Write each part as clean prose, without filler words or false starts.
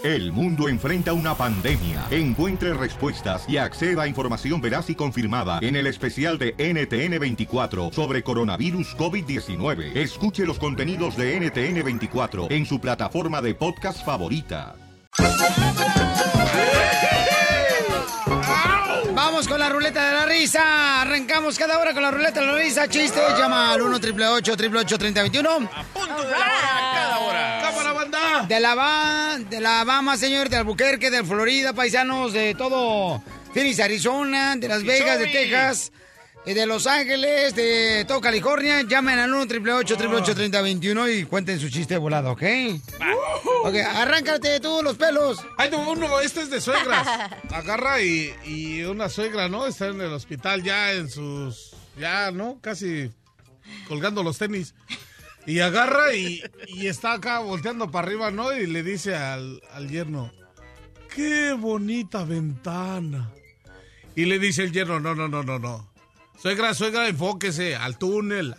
El mundo enfrenta una pandemia. Encuentre respuestas y acceda a información veraz y confirmada en el especial de NTN24 sobre coronavirus COVID-19. Escuche los contenidos de NTN24 en su plataforma de podcast favorita. Vamos con la ruleta de la risa. Arrancamos cada hora con la ruleta de la risa. Chiste, llama al 1-888-888-3021. A punto de la hora, cada hora. ¡Cámara, banda! De la Alabama, señor, de Albuquerque, de Florida, paisanos de todo Phoenix, Arizona, de Las Vegas, de Texas, de Los Ángeles, de todo California. Llamen al 1-888-888-3021 y cuenten su chiste volado, ¿ok? Ok, arráncate tú los pelos. Ay, no, uno, este es de suegras. Agarra y una suegra, ¿no? Está en el hospital ya en sus... Ya, ¿no? Casi colgando los tenis. Y agarra y está acá volteando para arriba, ¿no? Y le dice al yerno, ¡qué bonita ventana! Y le dice el yerno, no. Suegra, enfóquese al túnel.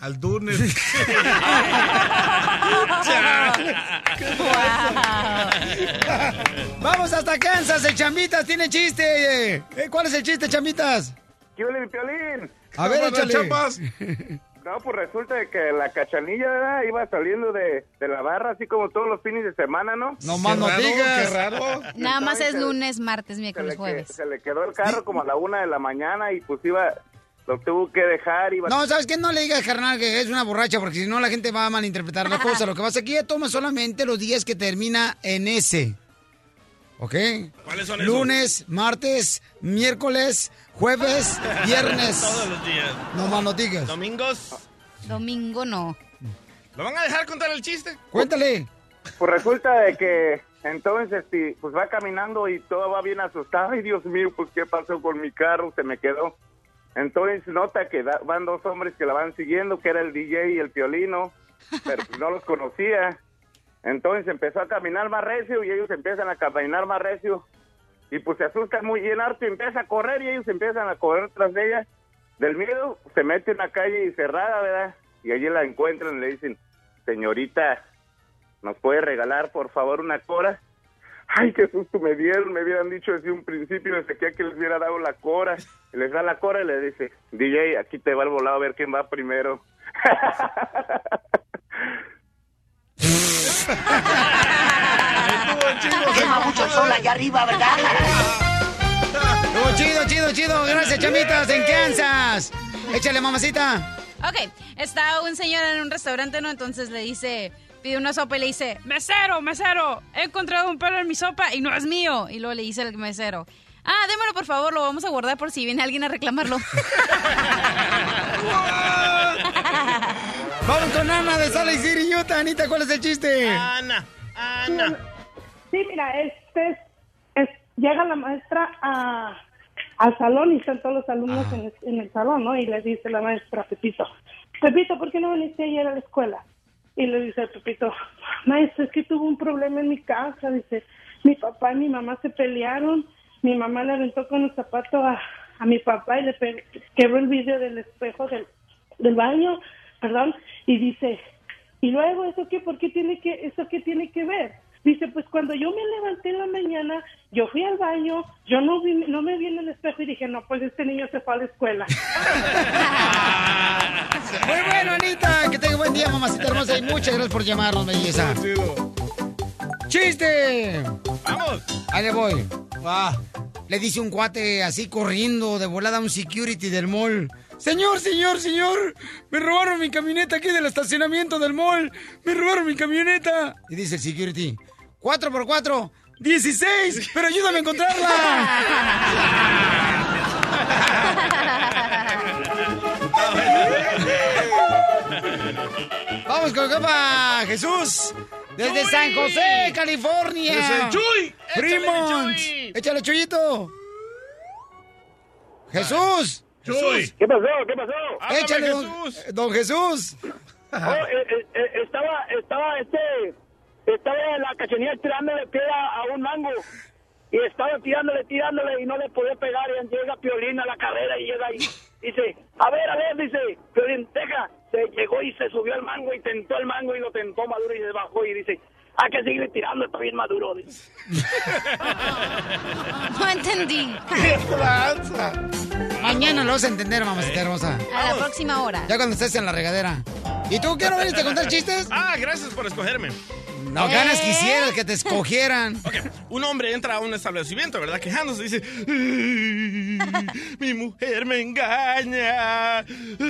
Vamos hasta Kansas, el Chambitas tiene chiste. ¿Cuál es el chiste, Chambitas? ¿Qué huele, mi Piolín? A ver, échale. No, pues resulta de que la Cachanilla, ¿verdad? Iba saliendo de la barra, así como todos los fines de semana, ¿no? No más no digas. Qué raro. Nada más es lunes, martes, miércoles, jueves. Se le quedó el carro como a la 1 de la mañana y pues lo tuvo que dejar. No, ¿sabes qué? No le digas, carnal, que es una borracha, porque si no la gente va a malinterpretar la cosa. Lo que pasa es que ella toma solamente los días que termina en ese. ¿Ok? ¿Cuáles son esos? Lunes, martes, miércoles, jueves, viernes. Todos los días. No más no digas. ¿Domingos? Domingo no. ¿Lo van a dejar contar el chiste? Cuéntale. Pues resulta de que entonces pues va caminando y todo va bien asustado. Ay, Dios mío, pues ¿qué pasó con mi carro? Se me quedó. Entonces nota que van dos hombres que la van siguiendo, que era el DJ y el Piolino, pero pues no los conocía. Entonces empezó a caminar más recio y ellos empiezan a caminar más recio. Y pues se asustan muy bien harto y empieza a correr y ellos empiezan a correr tras de ella. Del miedo se mete en una calle cerrada, ¿verdad? Y allí la encuentran y le dicen, señorita, ¿nos puede regalar por favor una cora? Ay, qué susto me dieron, me hubieran dicho desde un principio, desde que les hubiera dado la cora. Y les da la cora y le dice, DJ, aquí te va el volado a ver quién va primero. Hay mucho sol allá arriba, ¿verdad? Chido. Gracias, chamitas, en Kansas. Échale, mamacita. Ok, está un señor en un restaurante, ¿no? Entonces le dice, pide una sopa y le dice, mesero, he encontrado un pelo en mi sopa y no es mío. Y luego le dice el mesero, démelo por favor, lo vamos a guardar por si viene alguien a reclamarlo. Vamos con Ana de Salt Lake City, Utah. Anita, ¿cuál es el chiste? Ana. Sí, mira, llega la maestra al salón y están todos los alumnos en el salón, ¿no? Y le dice la maestra a Pepito, ¿por qué no viniste ayer a la escuela? Y le dice a Pepito, maestra, es que tuve un problema en mi casa, dice, mi papá y mi mamá se pelearon, mi mamá le aventó con el zapato a mi papá y le quebró el vidrio del espejo del baño, perdón, y dice, ¿y luego eso qué? ¿Eso qué tiene que ver? Dice, pues cuando yo me levanté en la mañana, yo fui al baño, yo no me vi en el espejo y dije, no, pues este niño se fue a la escuela. Muy bueno, Anita, que tenga buen día, mamacita hermosa, y muchas gracias por llamarnos, belleza. ¡Chiste! ¡Vamos! Ahí le voy. Le dice un cuate así corriendo de volada a un security del mall. Señor, me robaron mi camioneta aquí del estacionamiento del mall. Me robaron mi camioneta. Y dice el security, 4x4, 16, pero ayúdame a encontrarla. Vamos con compa Jesús. Desde Chuy. San José, California. Desde Chuy. Fremont. Échale, Chuyito. Jesús. Chuy. ¿Qué pasó? Échale, Jesús. don Jesús. Estaba la Cachanilla tirándole piedra a un mango y estaba tirándole y no le podía pegar y llega Piolín a la carrera y llega y dice, a ver, dice, Piolín, deja, se llegó y se subió al mango y tentó el mango y lo tentó Maduro y se bajó y dice, Hay que seguir tirando, está bien maduro. Dice. No entendí. Mañana lo vas a entender, mamacita hermosa. A la próxima hora. Ya cuando estés en la regadera. ¿Y tú qué no veniste a contar chistes? Gracias por escogerme. No ganas quisieras que te escogieran. Okay. Un hombre entra a un establecimiento, ¿verdad? Quejándose, dice: mi mujer me engaña.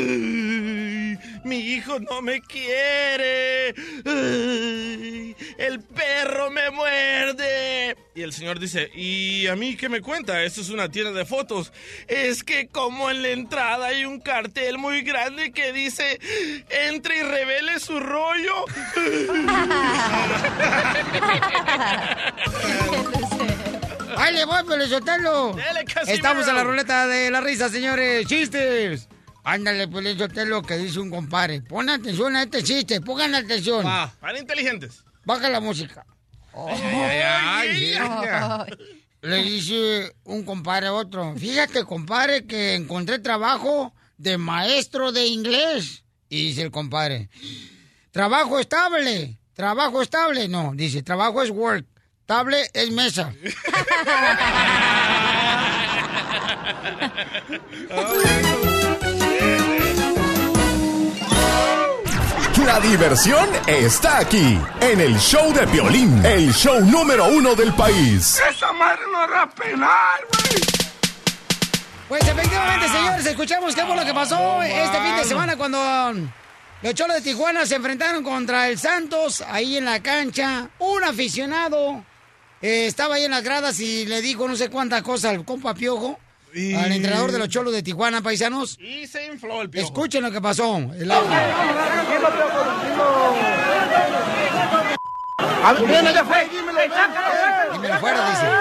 Mi hijo no me quiere. El perro me muerde. Y el señor dice: ¿y a mí qué me cuenta? Esto es una tienda de fotos. Es que como en la entrada hay un cartel muy grande que dice: entre y revele su rollo. ¡Ahí le voy, Pelizotelo! Estamos en la ruleta de la risa, señores. ¡Chistes! Ándale, Pelizotelo, que dice un compadre. Pon atención a este chiste, pongan atención. Para inteligentes. Baja la música. Le dice un compadre a otro: fíjate, compadre, que encontré trabajo de maestro de inglés. Y dice el compadre: ¿trabajo estable? ¿Trabajo estable? No, dice, trabajo es work. Table es mesa. La diversión está aquí, en el show de Piolín, el show número 1 del país. ¡Esa madre no hará pelar, güey! Pues efectivamente, señores, escuchamos qué fue lo que pasó este fin de semana cuando los Cholos de Tijuana se enfrentaron contra el Santos ahí en la cancha. Un aficionado estaba ahí en las gradas y le dijo no sé cuántas cosas al compa Piojo, al entrenador de los Cholos de Tijuana, paisanos. Y se infló el Piojo. Escuchen lo que pasó. El audio. ¡Viene ya fue! ¡Dímelo! Dímelo fuera, dice.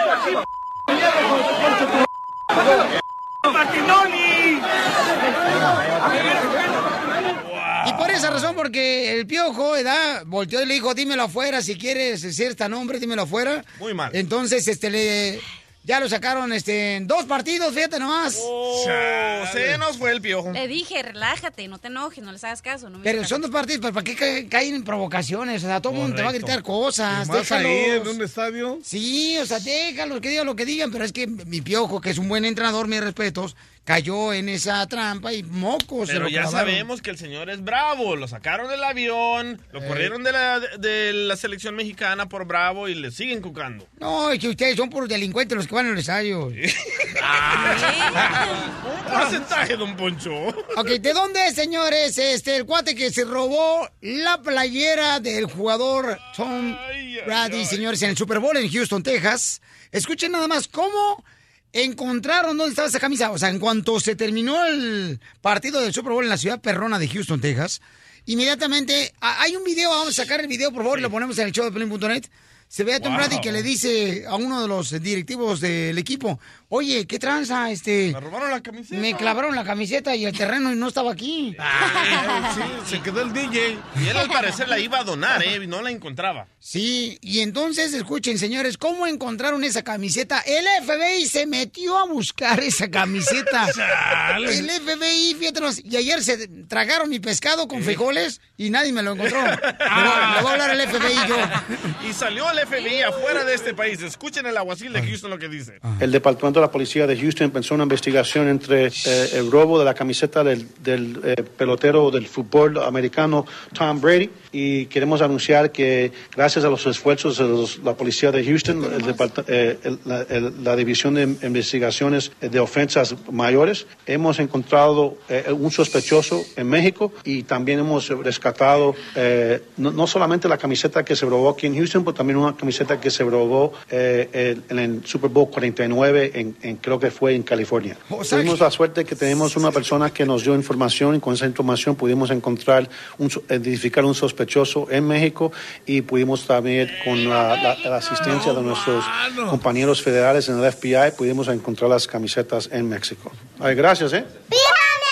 Y por esa razón, porque el Piojo, volteó y le dijo: dímelo afuera, si quieres ser tan hombre, dímelo afuera. Muy mal. Entonces, ya lo sacaron en 2 partidos, fíjate nomás. Se nos fue el Piojo. Le dije, relájate, no te enojes, no les hagas caso. No Pero son 2 partidos, ¿para qué caen en provocaciones? O sea, todo el mundo te va a gritar cosas. ¿Más déjalos. ahí en un estadio? Sí, o sea, déjalos que digan lo que digan, pero es que mi Piojo, que es un buen entrenador, mis respetos, cayó en esa trampa y mocos. Pero ya sabemos que el señor es bravo. Lo sacaron del avión, lo corrieron de la selección mexicana por bravo y le siguen cucando. No, es que ustedes son puros delincuentes los que van al estadio. Un porcentaje, don Poncho. Ok, ¿de dónde es, señores, el cuate que se robó la playera del jugador Tom Brady, señores, en el Super Bowl en Houston, Texas? Escuchen nada más cómo encontraron dónde estaba esa camisa. O sea, en cuanto se terminó el partido del Super Bowl en la ciudad perrona de Houston, Texas, inmediatamente hay un video, vamos a sacar el video, por favor, y lo ponemos en el show de Pelín.net. Se ve a Tom Brady que le dice a uno de los directivos del equipo: oye, ¿qué tranza? Me robaron la camiseta. Me clavaron la camiseta y el terreno y no estaba aquí. Sí, se quedó el DJ. Y él al parecer la iba a donar, y no la encontraba. Sí, y entonces, escuchen, señores, ¿cómo encontraron esa camiseta? El FBI se metió a buscar esa camiseta. El FBI, fíjate, y ayer se tragaron mi pescado con frijoles y nadie me lo encontró. Le voy a hablar al FBI yo. Y salió el FBI afuera de este país. Escuchen el alguacil de Houston lo que dice. El Departamento de la Policía de Houston empezó una investigación entre el robo de la camiseta del pelotero del fútbol americano Tom Brady, y queremos anunciar que gracias a los esfuerzos de la Policía de Houston, la División de Investigaciones de Ofensas Mayores, hemos encontrado un sospechoso en México, y también hemos rescatado no solamente la camiseta que se robó aquí en Houston, pero también una camiseta que se robó en el Super Bowl 49 creo que fue en California. Tuvimos la suerte que tenemos una persona que nos dio información, y con esa información pudimos identificar un sospechoso en México, y pudimos también, con la asistencia de nuestros compañeros federales en el FBI, pudimos encontrar las camisetas en México. Ay, gracias, ¡Viva México!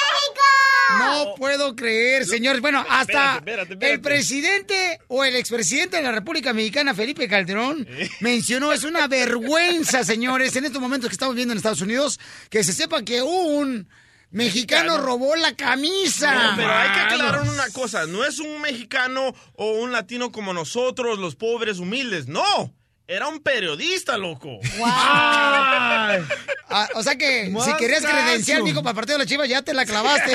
No puedo creer, señores. Bueno, hasta espérate. El presidente o el expresidente de la República Mexicana, Felipe Calderón, mencionó: es una vergüenza, señores, en estos momentos que estamos viendo en Estados Unidos, que se sepa que un mexicano robó la camisa. No, pero hay que aclarar una cosa. No es un mexicano o un latino como nosotros, los pobres humildes. No. Era un periodista, loco. O sea que si querías credenciar, mijo, para el partido de la Chivas, ya te la clavaste.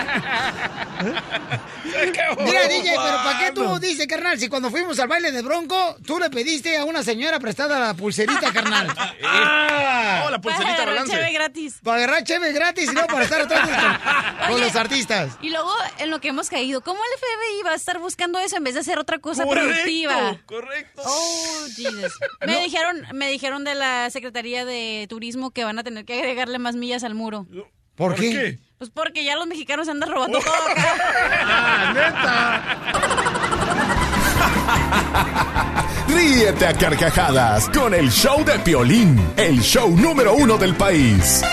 Mira, DJ, pero ¿para qué tú dices, carnal? Si cuando fuimos al baile de Bronco, tú le pediste a una señora prestada la pulserita, carnal. La pulserita para balance. Cheve gratis. Para agarrar cheve gratis y no para estar atrás con los artistas. Y luego, en lo que hemos caído, ¿cómo el FBI va a estar buscando eso en vez de hacer otra cosa Correcto, productiva? Correcto. Oh, Jesus. Me dijeron de la Secretaría de Turismo que van a tener que agregarle más millas al muro. ¿Por qué? Pues porque ya los mexicanos andan robando todo acá. Ríete a carcajadas con el show de Piolín, el show número 1 del país.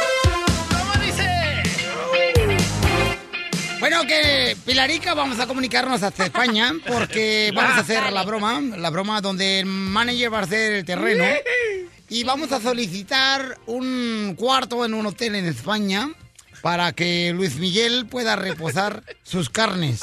Bueno, que Pilarica, vamos a comunicarnos hasta España porque vamos a hacer la broma donde el manager va a hacer el terreno y vamos a solicitar un cuarto en un hotel en España para que Luis Miguel pueda reposar sus carnes.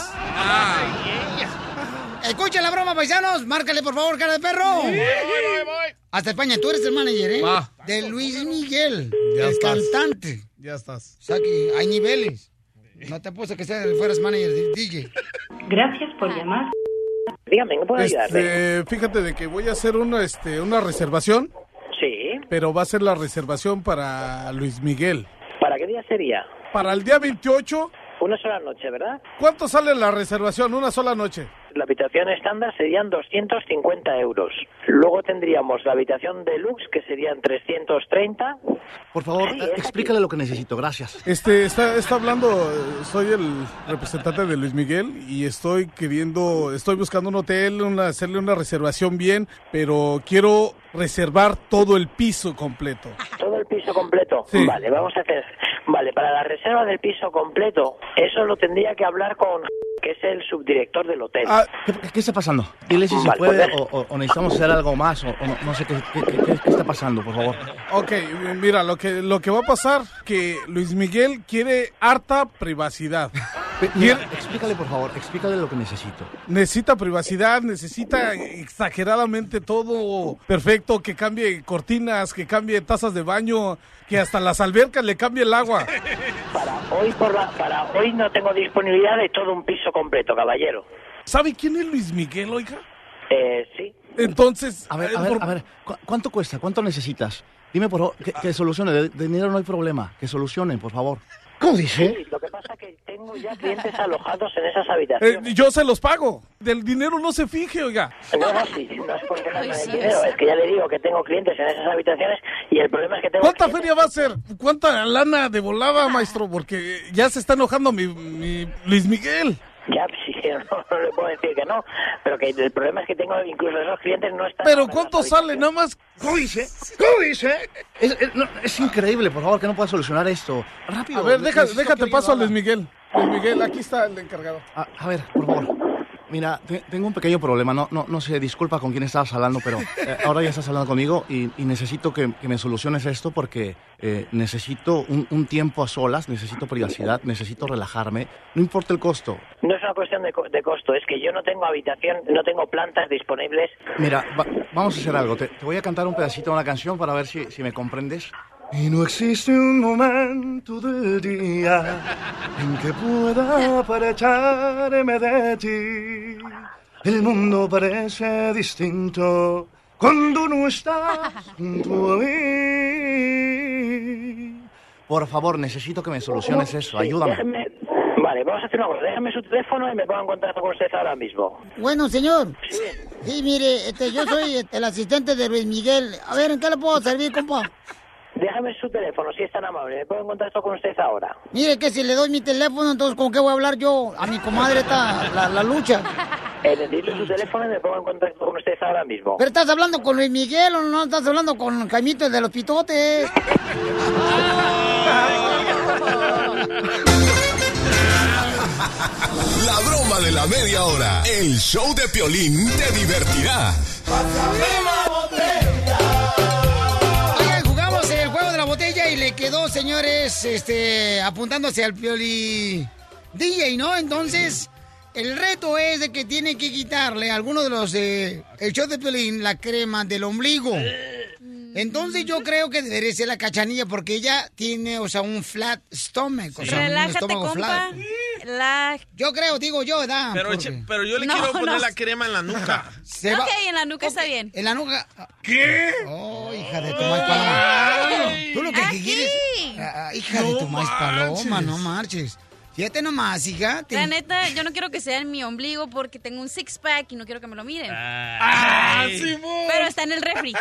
Escucha la broma, paisanos. Márcale, por favor, cara de perro. Voy. Hasta España. Tú eres el manager, ¿eh? Va. De Luis Miguel, Ya el estás. cantante. Ya estás. O sea que hay niveles. No te puse que fueras manager de DJ. Gracias por llamar. Dígame, ¿qué puedo ayudarle? Fíjate de que voy a hacer una reservación, Sí. pero va a ser la reservación para Luis Miguel. ¿Para qué día sería? Para el día 28. Una sola noche, ¿verdad? ¿Cuánto sale la reservación? Una sola noche. La habitación estándar serían 250 euros. Luego tendríamos la habitación deluxe, que serían 330. Por favor, explícale lo que necesito, gracias. Está hablando, soy el representante de Luis Miguel y estoy buscando un hotel, hacerle una reservación bien, pero quiero reservar todo el piso completo. ¿Todo el piso completo? Sí. Vale, vamos a hacer... Vale, para la reserva del piso completo, eso lo tendría que hablar con... que es el subdirector del hotel. ¿Qué está pasando? Dile si se Vale, puede pues, o necesitamos hacer algo más o no sé qué está pasando, por favor. Ok, mira, lo que va a pasar que Luis Miguel quiere harta privacidad. Mira, explícale, por favor, explícale lo que necesito. Necesita privacidad, necesita exageradamente todo perfecto, que cambie cortinas, que cambie tazas de baño, que hasta las albercas le cambie el agua. Para hoy no tengo disponibilidad de todo un piso completo, caballero. ¿Sabe quién es Luis Miguel, oiga? Sí. Entonces... A ver, ¿cuánto cuesta? ¿Cuánto necesitas? Dime, por favor, que solucione. De dinero no hay problema. Que solucionen, por favor. ¿Cómo dice? Sí, lo que pasa es que tengo ya clientes alojados en esas habitaciones. Yo se los pago. Del dinero no se fije, oiga. No es por quejarme del dinero, es que ya le digo que tengo clientes en esas habitaciones y el problema es que tengo... ¿Cuánta feria va a ser? ¿Cuánta lana de volada, maestro? Porque ya se está enojando mi Luis Miguel. Ya, sí, no le puedo decir que no, pero que el problema es que tengo incluso esos clientes no están... ¿Pero cuánto sale? Nada más... ¿Cómo dice? Es increíble, por favor, que no pueda solucionar esto. Rápido. A ver, déjate paso a Luis Miguel. Luis Miguel, aquí está el encargado. A ver, por favor. Mira, tengo un pequeño problema. No sé, disculpa con quién estabas hablando, pero ahora ya estás hablando conmigo y necesito que me soluciones esto porque necesito un tiempo a solas, necesito privacidad, necesito relajarme. No importa el costo. No es una cuestión de costo, es que yo no tengo habitación, no tengo plantas disponibles. Mira, vamos a hacer algo. Te voy a cantar un pedacito de una canción para ver si me comprendes. Y no existe un momento del día en que pueda apartarme de ti. El mundo parece distinto cuando no estás junto a mí. Por favor, necesito que me soluciones eso. Ayúdame. Vale, vamos a hacer una cosa. Déjame su teléfono y me pongo en contacto con usted ahora mismo. Bueno, señor. Sí. Sí, mire, yo soy el asistente de Luis Miguel. A ver, ¿en qué le puedo servir, compa? Déjame su teléfono, si es tan amable. Me pongo en contacto con usted ahora. Mire que si le doy mi teléfono, entonces ¿con qué voy a hablar yo? A mi comadre está la lucha. Necesito su teléfono y me pongo en contacto con usted ahora mismo. ¿Pero estás hablando con Luis Miguel o no estás hablando con Jaimito, el de los pitotes? La broma de la media hora. El show de Piolín te divertirá. Oigan, jugamos el juego de la botella y le quedó, señores, señores, apuntándose al Pioli DJ, ¿no? Entonces, el reto es de que tiene que quitarle a alguno de los el show de Piolín la crema del ombligo. Entonces yo creo que debería ser la Cachanilla porque ella tiene, o sea, un flat stomach. O sea, Relájate, un estómago compa. flat. Yo creo, digo yo, ¿verdad? Pero yo le quiero poner la crema en la nuca. Ok, en la nuca está bien. En la nuca. ¿Qué? Oh, hija de tu maíz paloma. Tú lo que quieres. Hija de tu maíz paloma, no marches. Fíjate nomás, hija. La neta, yo no quiero que sea en mi ombligo porque tengo un six-pack y no quiero que me lo miren. Pero está en el refri.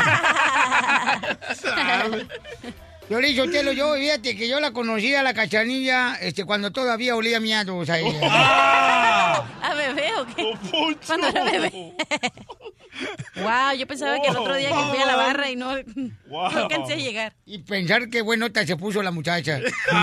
Yo, fíjate que yo la conocí a la Cachanilla cuando todavía olía miados a ella. ¿A bebé o qué? Cuando era bebé. Wow, yo pensaba que el otro día que fui a la barra y no alcancé a llegar. Y pensar qué buenota se puso la muchacha.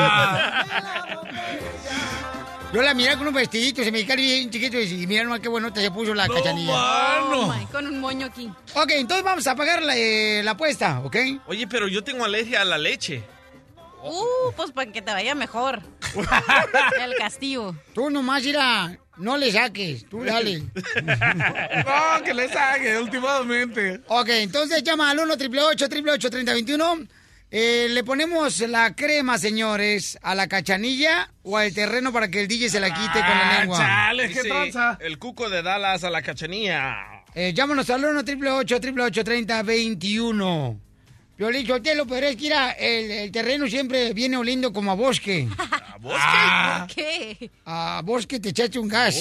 Yo la miré con unos vestiditos, se me quedaron bien chiquitos y mira nomás qué buenota se puso la Cachanilla. Con un moño aquí. Ok, entonces vamos a pagar la apuesta, ¿ok? Oye, pero yo tengo alergia a la leche. Pues para que te vaya mejor. El castigo. Tú nomás no le saques, tú dale. No, que le saque, últimamente. Ok, entonces llama al 1-888-888-3021. Le ponemos la crema, señores, a la Cachanilla o al terreno para que el DJ se la quite con la lengua. Chale, qué tranza. El cuco de Dallas a la Cachanilla. Llámanos al 1-888-888-3021. Piolín Sotelo, pero es que el terreno siempre viene oliendo como a bosque. ¿A bosque? ¿Por qué? A bosque te echaste un gas.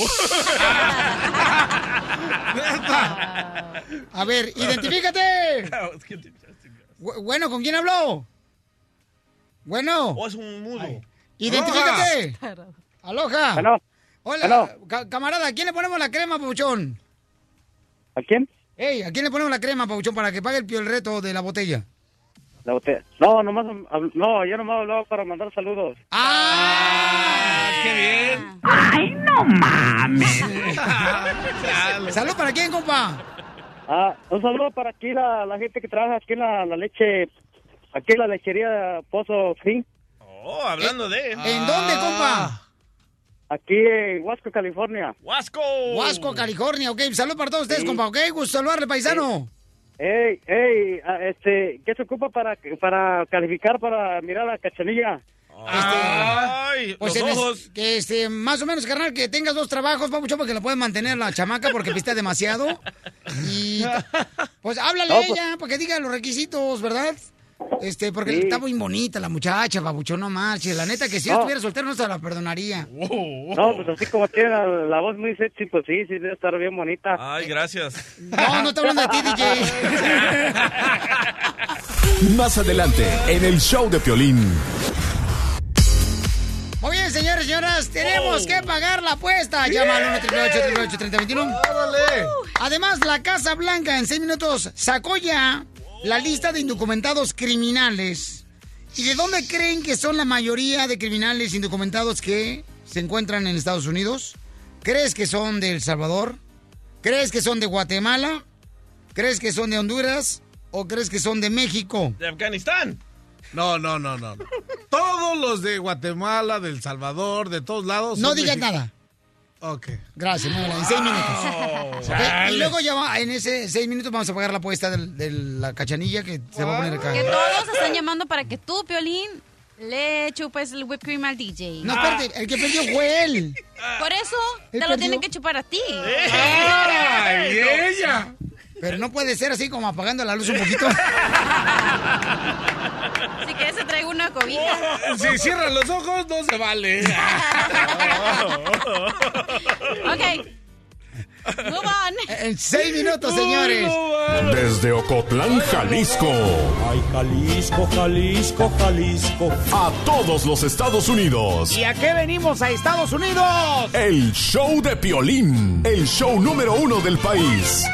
A ver, identifícate. Bueno, ¿con quién habló? Bueno. Es un mudo. Identifícate. Aloha. Bueno. Hola, camarada, ¿a quién le ponemos la crema, Pabuchón? ¿A quién? ¿A quién le ponemos la crema, Pabuchón, para que pague el reto de la botella? La botella. No, yo nomás hablaba para mandar saludos. ¡Qué bien! ¡Ay, no mames! ¿Salud para quién, compa? Un saludo para aquí la gente que trabaja aquí en la leche, aquí en la lechería Pozo Fin. Hablando de... ¿En dónde, compa? Aquí en Huasco, California. Huasco, California, ok. Salud para todos ustedes, compa, ok. Gusto saludarle, paisano. ¿Qué se ocupa para calificar para mirar a la Cachanilla? Pues los ojos. Que más o menos, carnal, que tengas 2 trabajos, papuchón, porque la pueden mantener la chamaca porque pista demasiado. Y pues háblale a ella para que diga los requisitos, ¿verdad? Porque está muy bonita la muchacha, papuchón, no marches. La neta que si yo estuviera soltero no se la perdonaría. No, pues así como tiene la voz muy sexy, pues sí, debe estar bien bonita. Ay, gracias. No está hablando de ti, DJ. Más adelante, en el show de Piolín. Muy bien, señores y señoras, tenemos que pagar la apuesta. Llama al 1-888-888-3021. Además, la Casa Blanca en 6 minutos sacó ya la lista de indocumentados criminales. ¿Y de dónde creen que son la mayoría de criminales indocumentados que se encuentran en Estados Unidos? ¿Crees que son de El Salvador? ¿Crees que son de Guatemala? ¿Crees que son de Honduras? ¿O crees que son de México? ¿De Afganistán? No. Todos los de Guatemala, de El Salvador, de todos lados. No digas nada. Ok. Gracias, Manuela. En 6 minutos. Okay. Y luego ya en ese 6 minutos vamos a pagar la apuesta de la Cachanilla que se va a poner acá. Que todos están llamando para que tú, Piolín, le chupes el whipped cream al DJ. No, espérate, el que perdió fue él. Por eso te lo tienen que chupar a ti. ¡Ay, ella! Pero no puede ser así como apagando la luz un poquito. Si quieres te traigo una cobija. Si cierran los ojos, no se vale. Ok. Move on. En 6 minutos, señores. Desde Ocotlán, Jalisco. Ay, Jalisco, Jalisco, Jalisco. A todos los Estados Unidos. ¿Y a qué venimos a Estados Unidos? El show de Piolín. El show número 1 del país.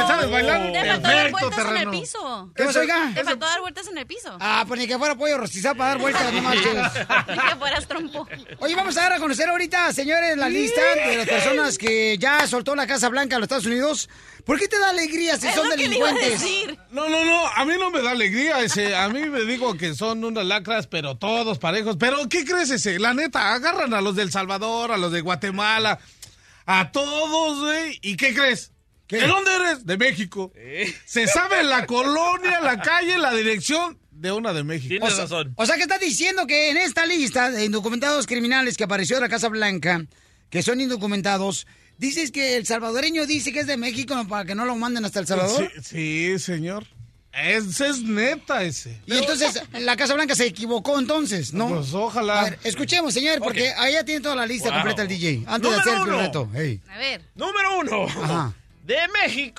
¿sabes bailar? Te faltó dar Perfecto, vueltas en el terreno. piso. ¿Qué pasó, oiga? Te faltó dar vueltas en el piso. Ah, pues ni que fuera pollo rostizado para dar vueltas, no marches. Ni que fueras trompo. Oye, vamos a dar a conocer ahorita, señores, la lista de las personas que ya soltó la Casa Blanca a los Estados Unidos. ¿Por qué te da alegría si son delincuentes? No, a mí no me da alegría a mí me digo que son unas lacras, pero todos parejos. Pero, ¿qué crees ese? La neta, agarran a los de El Salvador, a los de Guatemala, a todos, güey. ¿Y qué crees? ¿Qué? ¿De dónde eres? De México. Se sabe la colonia, la calle, la dirección de una de México. Tienes razón. O sea, que estás diciendo que en esta lista de indocumentados criminales que apareció de la Casa Blanca, que son indocumentados, dices que el salvadoreño dice que es de México para que no lo manden hasta El Salvador. Sí, señor. Ese es neta ese. Y entonces la Casa Blanca se equivocó entonces, ¿no? Pues ojalá. A ver, escuchemos, señor, porque allá tiene toda la lista completa el DJ. Antes de Número hacer el uno. reto. Hey. A ver. Número 1. Ajá. De México.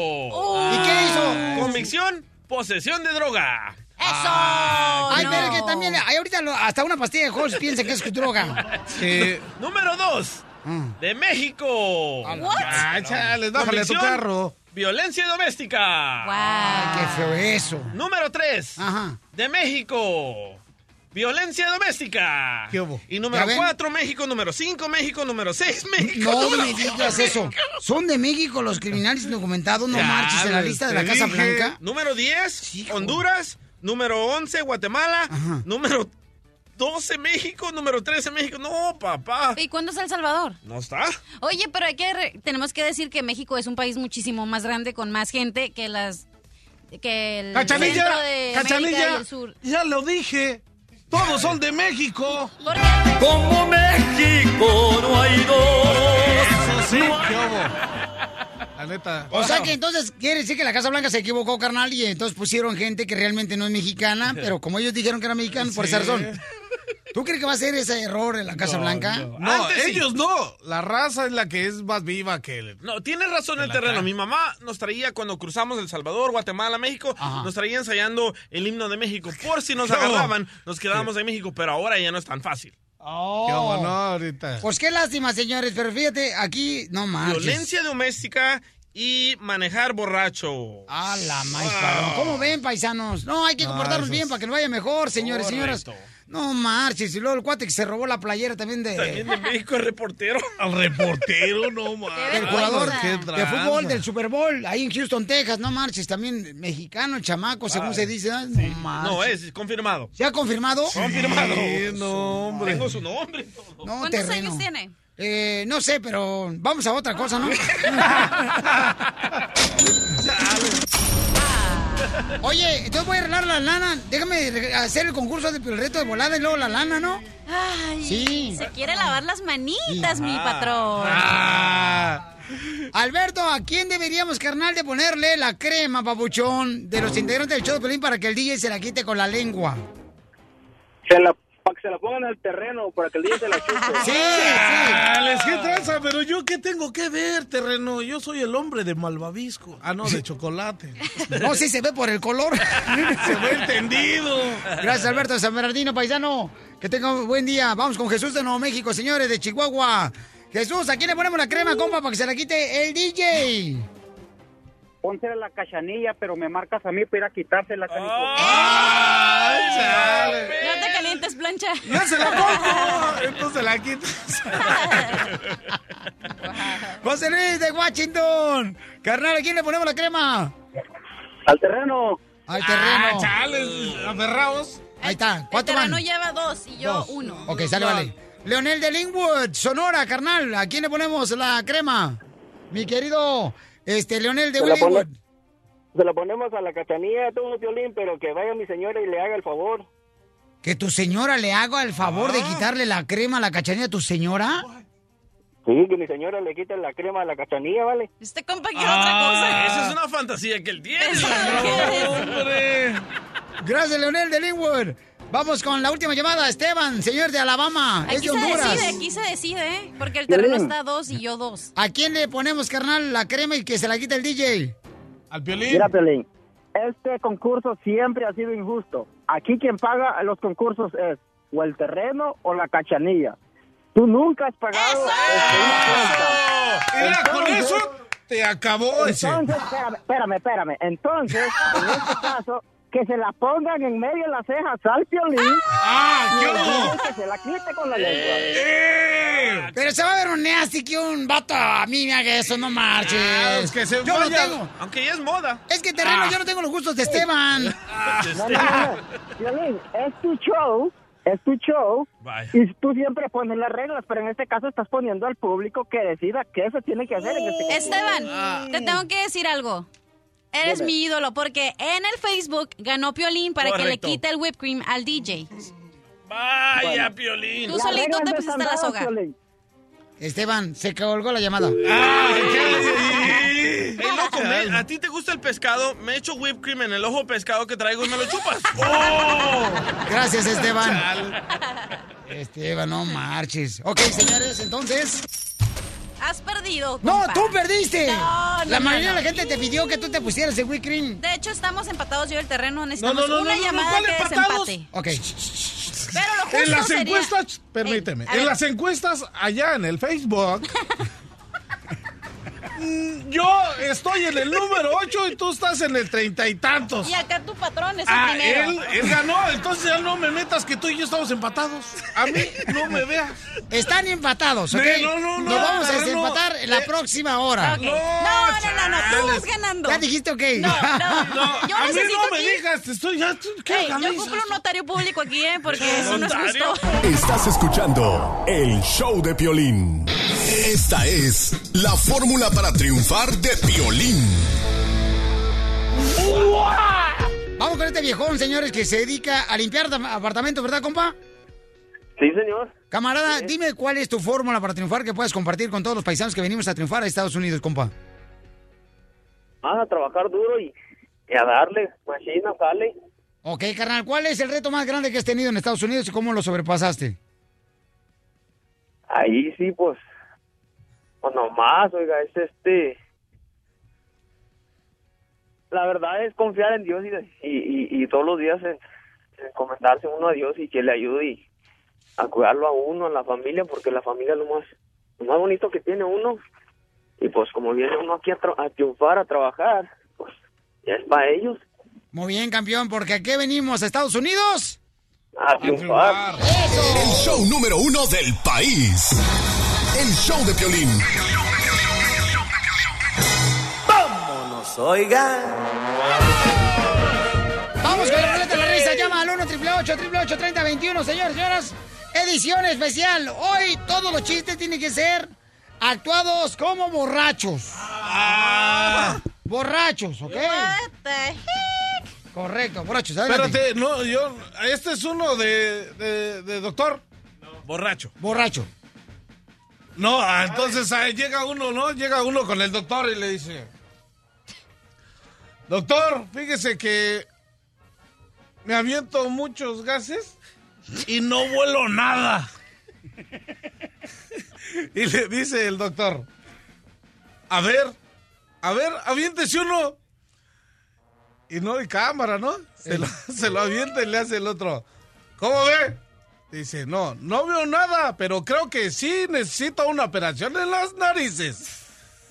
¿Y qué hizo? Convicción, posesión de droga. ¡Eso! Ay, no. pero que también, hay ahorita hasta una pastilla de Halls piensa que es droga. Sí. Número 2. De México. Ah, chale, bájale a tu Convicción, carro. Violencia doméstica. Ay, qué feo eso. Número 3. Ajá. De México. Violencia doméstica. ¿Qué hubo? Y número ¿Ya ven? 4, México. Número 5, México. Número 6, México. No número me digas 5, eso. México. ¿Son de México los criminales indocumentados? No Ya, marches en la lista de la te Casa dije. Blanca. Número 10, Sí, Honduras. Número 11, Guatemala. Ajá. Número 12, México. Número 13, México. No, papá. ¿Y cuándo es El Salvador? ¿No está? Oye, pero tenemos que decir que México es un país muchísimo más grande, con más gente que el centro de Cachanilla, América y Cachanilla, el sur. ya lo dije. Todos son de México. ¿Por qué? Como México no hay dos. Eso sí, ¿qué hubo? La neta. O sea que entonces quiere decir que la Casa Blanca se equivocó, carnal, y entonces pusieron gente que realmente no es mexicana, pero como ellos dijeron que era mexicana, por esa razón. ¿Tú crees que va a ser ese error en la Casa Blanca? No, Antes sí. ellos no. La raza es la que es más viva que él. No, tienes razón el terreno. Mi mamá nos traía cuando cruzamos El Salvador, Guatemala, México, Ajá. nos traía ensayando el himno de México. Por si nos agarraban, nos quedábamos en México, pero ahora ya no es tan fácil. Oh. ¿Qué hubo, no, ahorita? Pues qué lástima, señores, pero fíjate, aquí no marches. Violencia doméstica y manejar borracho. A la maíz, paloma. ¿Cómo ven, paisanos? No, hay que comportarnos bien para que nos vaya mejor, señores, señoras. No marches. Y luego el cuate que se robó la playera también También de México, el reportero. Al reportero, no mames. el jugador Qué de tranza. fútbol del Super Bowl, ahí en Houston, Texas. No marches, también mexicano, el chamaco, según se dice. Ay, no marches. No, es confirmado. ¿Se ha confirmado? Confirmado. Sí, no, hombre. Tengo su nombre y todo. No, ¿Cuántos terreno. años tiene? No sé, pero vamos a otra cosa, ¿no? Oye, entonces voy a arreglar la lana. Déjame hacer el concurso del reto de volada y luego la lana, ¿no? Ay, Sí. se quiere lavar las manitas, mi patrón. Alberto, ¿a quién deberíamos, carnal, de ponerle la crema, papuchón, de los integrantes del show de Pelín para que el DJ se la quite con la lengua? Para que se la pongan al terreno, para que el día se la chupe. Sí, Alex, qué tranza, pero yo qué tengo que ver, terreno. Yo soy el hombre de malvavisco. Ah, no, de chocolate. No, sí se ve por el color. Se ve entendido. Gracias, Alberto de San Bernardino, paisano. Que tenga un buen día. Vamos con Jesús de Nuevo México, señores, de Chihuahua. Jesús, ¿a quién le ponemos la crema, compa, para que se la quite el DJ? Pónsela la Cachanilla, pero me marcas a mí para ir a quitársela, canijo. ¡Ay, chale! No te calientes, plancha. ¡Ya se la pongo! Entonces la quitas. José Luis de Washington. Carnal, ¿a quién le ponemos la crema? Al terreno. Al terreno. ¡Chales! ¿Aferrados? Ahí está. El ¿Cuánto van? terreno lleva 2 y yo Dos. 1. Ok, sale, vale. Leonel de Linwood, Sonora, carnal. ¿A quién le ponemos la crema? Mi querido Leonel de Se la Linwood. Se la ponemos a la Cachanilla, todo violín, pero que vaya mi señora y le haga el favor. ¿Que tu señora le haga el favor de quitarle la crema a la Cachanilla a tu señora? Sí, que mi señora le quite la crema a la Cachanilla, ¿vale? Este compa quiere otra cosa. Esa es una fantasía que él tiene. ¡Hombre! Gracias, Leonel de Linwood. Vamos con la última llamada. Esteban, señor de Alabama. Es Aquí de se Honduras. decide, ¿eh? Porque el terreno está 2 y yo 2. ¿A quién le ponemos, carnal, la crema y que se la quite el DJ? Al Piolín. Mira, Pelín, este concurso siempre ha sido injusto. Aquí quien paga los concursos es o el terreno o la Cachanilla. Tú nunca has pagado una cuenta. Mira, con Entonces, eso Te acabó ese. Entonces, espérame. Entonces, en este caso, que se la pongan en medio de las cejas al Piolín. ¡Qué hubo! Que se la quite con la lengua. Pero se va a ver un nasty que un vato a mí me haga eso, no marches. Que se yo vaya, no tengo. Aunque ya es moda. Es que terreno, yo no tengo los gustos de Esteban. No. Piolín, es tu show. Vaya. Y tú siempre pones las reglas, pero en este caso estás poniendo al público que decida qué se tiene que hacer en este caso. Esteban, te tengo que decir algo. Eres Dime. mi ídolo porque en el Facebook ganó Piolín para que le Correcto. quite el whipped cream al DJ. Vaya, Piolín. Tú solito te pusiste la soga. Esteban, se colgó la llamada. Hey, loco, ¿a ti te gusta el pescado? Me echo whipped cream en el ojo pescado que traigo y me lo chupas. Gracias, Esteban. Esteban, no marches. Ok, señores, entonces... Has perdido, ¡No, compa. tú perdiste! No, La mayoría de la gente te pidió que tú te pusieras el whipped cream. De hecho, estamos empatados yo y el terreno. Necesitamos una no, llamada ¿cuál que empatados? desempate. Ok. Pero lo justo En las sería... encuestas, permíteme, a en ver. las encuestas allá en el Facebook, yo estoy en el número 8 y tú estás en el 30 y tantos. Y acá tu patrón es el primero. Él ganó, entonces ya no me metas que tú y yo estamos empatados. A mí no me veas. Están empatados, ¿ok? No, Nos vamos a terreno. desempatar en la próxima hora. Ok. No, tú vas ganando. ¿Ya dijiste ok? No, yo a mí necesito no me aquí... digas, estoy ya. ¿Qué Ey, yo organizas? cumplo un notario público aquí, porque eso no es justo. Estás escuchando el show de Piolín. Esta es la fórmula para triunfar de Piolín. Vamos con este viejón, señores, que se dedica a limpiar apartamentos, ¿verdad, compa? Sí, señor. Camarada, dime cuál es tu fórmula para triunfar que puedes compartir con todos los paisanos que venimos a triunfar a Estados Unidos, compa. Vas a trabajar duro y a darle, machina, sale. Ok, carnal, ¿cuál es el reto más grande que has tenido en Estados Unidos y cómo lo sobrepasaste? Ahí sí, pues nomás, oiga, la verdad es confiar en Dios y todos los días en encomendarse uno a Dios y que le ayude y a cuidarlo a uno, a la familia, porque la familia es lo más bonito que tiene uno. Y pues como viene uno aquí a triunfar, a trabajar, pues ya es para ellos. Muy bien, campeón, porque ¿a qué venimos? ¿A Estados Unidos? A triunfar. El show número 1 del país. El show de Piolín. Vámonos, oigan. Vamos con la ruleta de la risa. Llama al 1-888-888-3021, señores, señoras. Edición especial. Hoy todos los chistes tienen que ser actuados como borrachos. Borrachos, ¿ok? What the heck? Correcto, borrachos. Adelante. Espérate, no, este es uno de doctor. Borracho. Borracho. No, entonces llega uno, ¿no? Llega uno con el doctor y le dice: doctor, fíjese que me aviento muchos gases y no vuelo nada. Y le dice el doctor: a ver, aviéntese uno. Y no hay cámara, ¿no? Se lo avienta y le hace el otro: ¿cómo ve? Dice: no veo nada, pero creo que sí necesito una operación en las narices.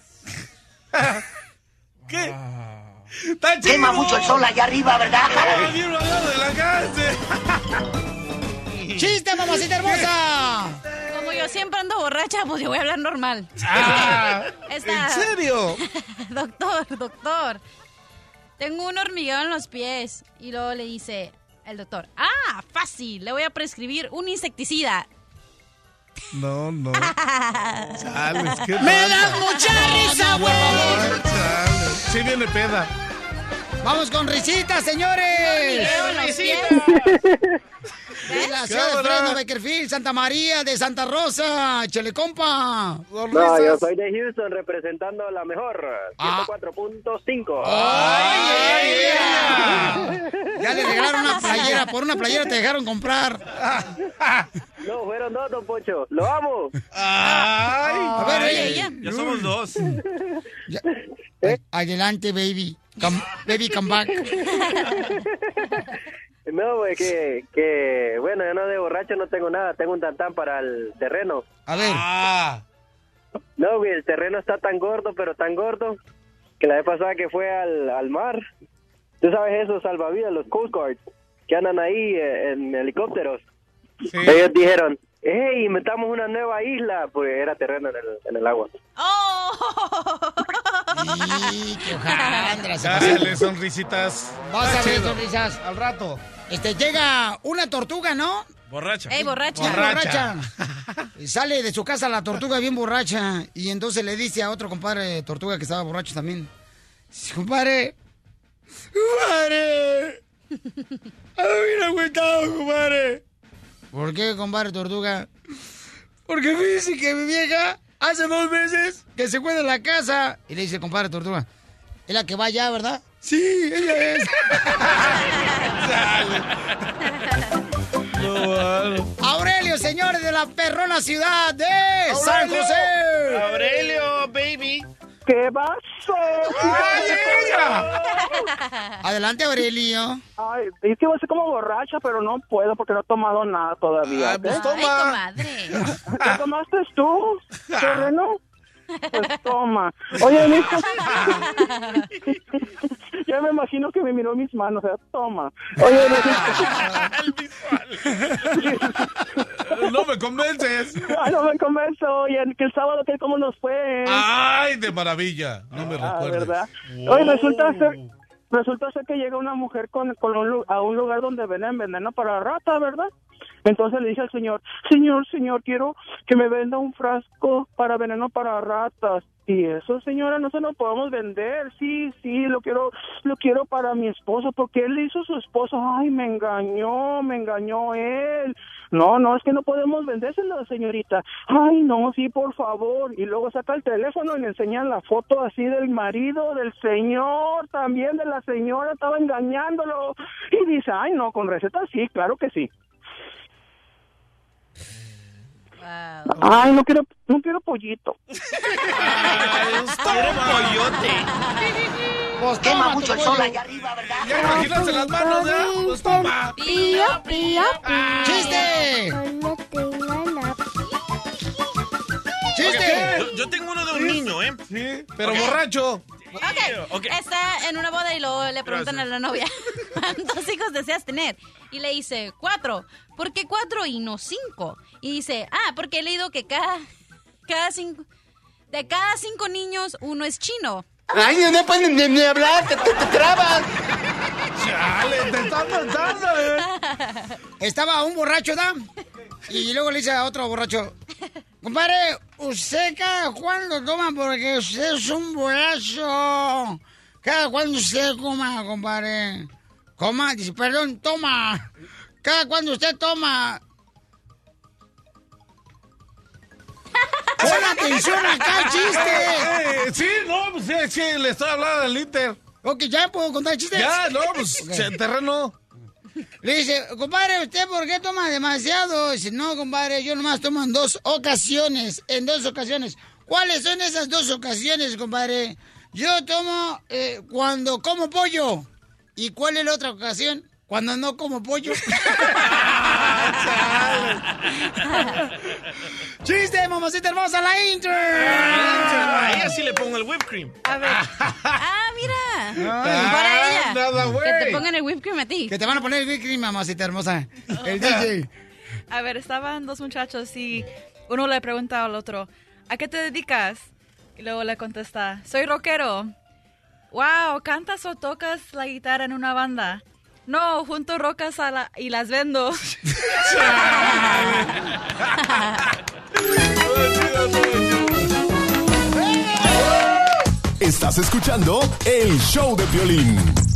¿Qué? ¡Está chido! Quema mucho el sol allá arriba, ¿verdad? Bien hablando de la cárcel. ¡Chiste, mamacita hermosa! Como yo siempre ando borracha, pues yo voy a hablar normal. ¿En serio? Doctor. Tengo un hormigueo en los pies. Y luego le dice el doctor: fácil, le voy a prescribir un insecticida. No. Chales, qué ¡Me das mucha risa, güey! Chales. Sí viene peda. ¡Vamos con risitas, señores! De la ciudad de Fresno, Beckerfield, Santa María, de Santa Rosa, Chele compa. No, yo soy de Houston representando la mejor 104.5. Ya le regalaron una playera, por una playera te dejaron comprar. No, fueron dos, don Poncho. ¡Lo amo! A ver, ella. Ya somos dos. Adelante, baby. Baby, come back. No, güey, bueno, yo no de borracho no tengo nada. Tengo un tantán para el terreno. A ver. No, güey, el terreno está tan gordo, pero tan gordo, que la vez pasada que fue al mar, tú sabes esos salvavidas, los Coast Guard, que andan ahí en helicópteros. Sí. Ellos dijeron, hey, metamos una nueva isla, pues era terreno en el agua. ¡Oh! ¡Qué hojandras! Dale, sonrisitas. Vas a ver, sonrisas. Al rato. Llega una tortuga, ¿no? Borracha. ¡Ey, borracha! Borracha. Sale de su casa la tortuga bien borracha. Y entonces le dice a otro compadre tortuga que estaba borracho también. Compadre. Mira, agüitado, compadre. ¿Por qué, compadre tortuga? Porque fíjese que mi vieja hace 2 meses que se fue de la casa. Y le dice, compadre tortuga, es la que va allá, ¿verdad? Sí, ella es. Aurelio, señores, de la perrona ciudad de San José. Aurelio, baby. ¿Qué pasó? ¡Ay, ella! Adelante, Aurelio. Ay, es que voy a ser como borracha, pero no puedo porque no he tomado nada todavía. Pues toma. ¡Ay, comadre! ¿Qué tomaste tú, terreno? Pues toma. Oye, mijo. Ya me imagino que me miró mis manos, o sea, toma. Oye, no me convences. Ay, no me convenzo. Oye, que el sábado, ¿cómo nos fue? Ay, de maravilla. No me recuerdes. ¿Verdad? Oye, resulta ser que llega una mujer a un lugar donde venden veneno para ratas, ¿verdad? Entonces le dije al señor, quiero que me venda un frasco para veneno para ratas. Y eso, señora, no se lo podemos vender. Sí, lo quiero para mi esposo, porque él le hizo a su esposo. Ay, me engañó él. No, es que no podemos vendérselo, señorita. Ay, no, sí, por favor. Y luego saca el teléfono y le enseñan la foto así del marido, del señor, también de la señora, estaba engañándolo. Y dice, ay, no, con receta sí, claro que sí. Wow. Ay, no quiero pollito. Quiero pollote. Pues quema mucho el sol allá arriba, ¿verdad? Ya imagínate las manos, ¿verdad? Pues toma. Pío, pío, pío. ¡Chiste! ¡Chiste! Yo tengo uno de un niño, ¿eh? Sí, pero borracho. Okay. Está en una boda y luego le preguntan a la novia, ¿cuántos hijos deseas tener? Y le dice, 4. ¿Por qué 4 y no 5? Y dice, porque he leído que de cada 5 niños, 1 es chino. Ay, no puedes ni hablar, te trabas. Chale, te estás pensando, Estaba un borracho, ¿da? Y luego le dice a otro borracho, compadre, usted cada cuándo toma porque usted es un borracho. Cada cuándo usted coma, compadre. ¿Coma? Dice, perdón, toma. Cada cuándo usted toma. ¡Pon atención acá, chiste! Sí, no, pues sí, le estoy hablando del Inter. Ok, ¿ya puedo contar el chiste? Ya, no, pues, okay. Terreno. Le dice, compadre, ¿usted por qué toma demasiado? Dice, no, compadre, yo nomás tomo en 2 ocasiones. En 2 ocasiones. ¿Cuáles son esas 2 ocasiones, compadre? Yo tomo cuando como pollo. ¿Y cuál es la otra ocasión? Cuando no como pollo. ¡Chiste, mamacita hermosa, la intro! A ella sí le pongo el whipped cream. A ver. Mira. Para ella. Nada, que te pongan el whipped cream a ti. Que te van a poner el whipped cream, mamacita hermosa. El DJ. A ver, estaban 2 muchachos y uno le pregunta al otro, ¿a qué te dedicas? Y luego le contesta, soy rockero. Wow, ¿cantas o tocas la guitarra en una banda? No, junto rocas y las vendo. Estás escuchando el show de Piolín.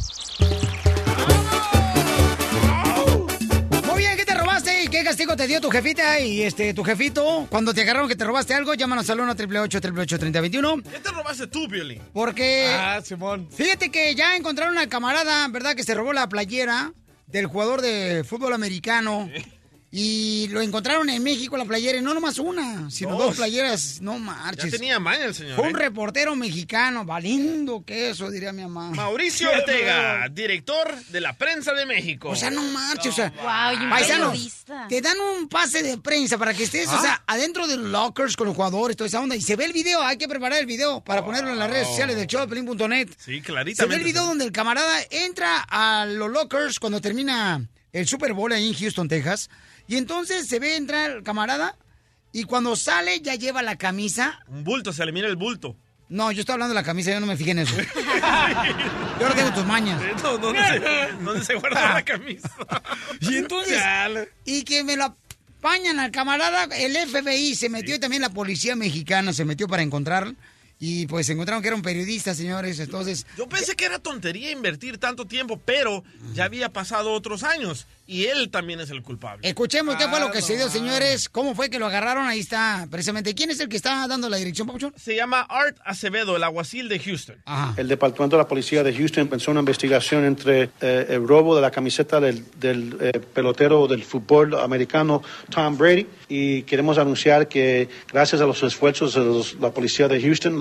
Muy bien, ¿qué te robaste y qué castigo te dio tu jefita y tu jefito? Cuando te agarraron que te robaste algo, llámanos al 1-888-888-3021. ¿Qué te robaste tú, Piolín? Porque... Simón. Fíjate que ya encontraron una camarada, ¿verdad? Que se robó la playera del jugador de fútbol americano. Y lo encontraron en México, la playera, y no nomás una, sino dos playeras, no marches. Ya tenía maña el señor. Fue un reportero mexicano, valiendo queso, diría mi mamá. Mauricio Ortega, director de la prensa de México. O sea, no marches, o sea, Wow, y un paisanos, periodista. te dan un pase de prensa para que estés, o sea, adentro de los lockers con los jugadores, toda esa onda, y se ve el video, hay que preparar el video para ponerlo en las redes sociales del showdepiolín.net. Sí, Se claritamente. ve el video donde el camarada entra a los lockers cuando termina el Super Bowl ahí en Houston, Texas. Y entonces se ve entrar el camarada y cuando sale ya lleva la camisa. Un bulto, se le mira el bulto. No, yo estoy hablando de la camisa, yo no me fijé en eso. Yo no tengo tus mañas. ¿Dónde se guarda la camisa? Y entonces, y que me lo apañan al camarada, el FBI se metió y también la policía mexicana se metió para encontrarlo. Y pues encontraron que era un periodista, señores, entonces... Yo pensé que era tontería invertir tanto tiempo, pero ya había pasado otros años y él también es el culpable. Escuchemos qué fue lo que se dio, señores. ¿Cómo fue que lo agarraron? Ahí está, precisamente. ¿Quién es el que está dando la dirección, Papuchón? Se llama Art Acevedo, el alguacil de Houston. El Departamento de la Policía de Houston empezó una investigación entre el robo de la camiseta del pelotero del fútbol americano Tom Brady, y queremos anunciar que gracias a los esfuerzos de la Policía de Houston,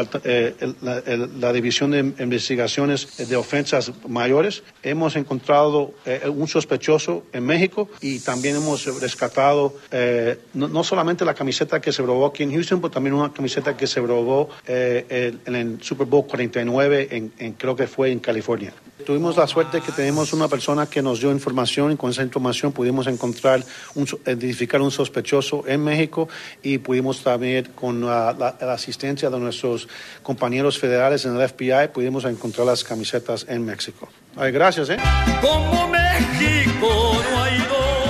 la División de Investigaciones de Ofensas Mayores, hemos encontrado un sospechoso en México y también hemos rescatado no solamente la camiseta que se robó aquí en Houston, pero también una camiseta que se robó en el Super Bowl 49 creo que fue en California. Tuvimos la suerte que tenemos una persona que nos dio información y con esa información pudimos identificar un sospechoso en México y pudimos también con la asistencia de nuestros compañeros federales en el FBI pudimos encontrar las camisetas en México. Ay, gracias, Como México no hay dos.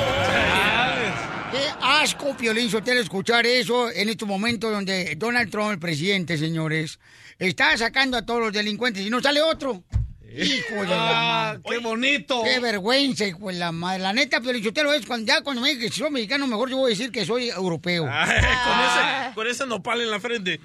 Qué asco, Piolín Sotelo, escuchar eso en este momento donde Donald Trump, el presidente, señores, está sacando a todos los delincuentes y no sale otro. Hijo de la madre. ¡Qué bonito! ¡Qué vergüenza, hijo de la madre! La neta, Piolín Sotelo, es cuando me digan que soy mexicano, mejor yo voy a decir que soy europeo. Con ese nopal en la frente.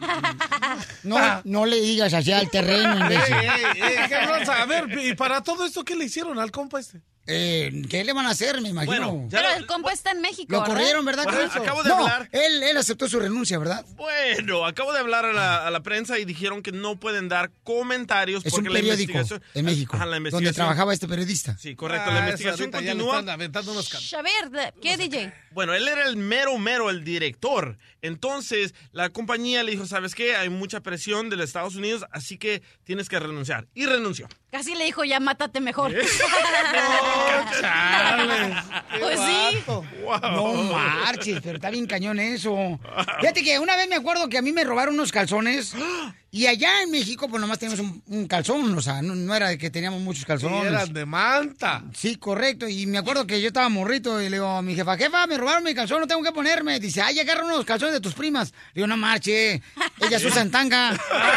No le digas así al terreno, imbécil. ¿Qué raza? A ver, y para todo esto, ¿qué le hicieron al compa este? ¿Qué le van a hacer, me imagino? Bueno, pero el compa está en México, Lo corrieron, ¿verdad? Bueno, acabo de hablar. Él aceptó su renuncia, ¿verdad? Bueno, acabo de hablar a la prensa y dijeron que no pueden dar comentarios Es porque un la periódico investigación... en México, Ajá, la donde investigación... trabajaba este periodista. Sí, correcto. La investigación continúa. A ver, ¿qué, DJ? Bueno, él era el mero, el director. Entonces, la compañía le dijo, ¿sabes qué? Hay mucha presión de los Estados Unidos, así que tienes que renunciar. Y renunció. Casi le dijo, ya mátate mejor. Pues sí. No marches, pero está bien cañón eso. Fíjate que una vez me acuerdo que a mí me robaron unos calzones y allá en México pues nomás teníamos un calzón, o sea, no era de que teníamos muchos calzones. Sí, eran de manta. Sí, correcto, y me acuerdo que yo estaba morrito y le digo a mi jefa, me robaron mi calzón, no tengo que ponerme. Dice, ay, agarra unos calzones de tus primas. Le digo, no marche, ellas usan tanga.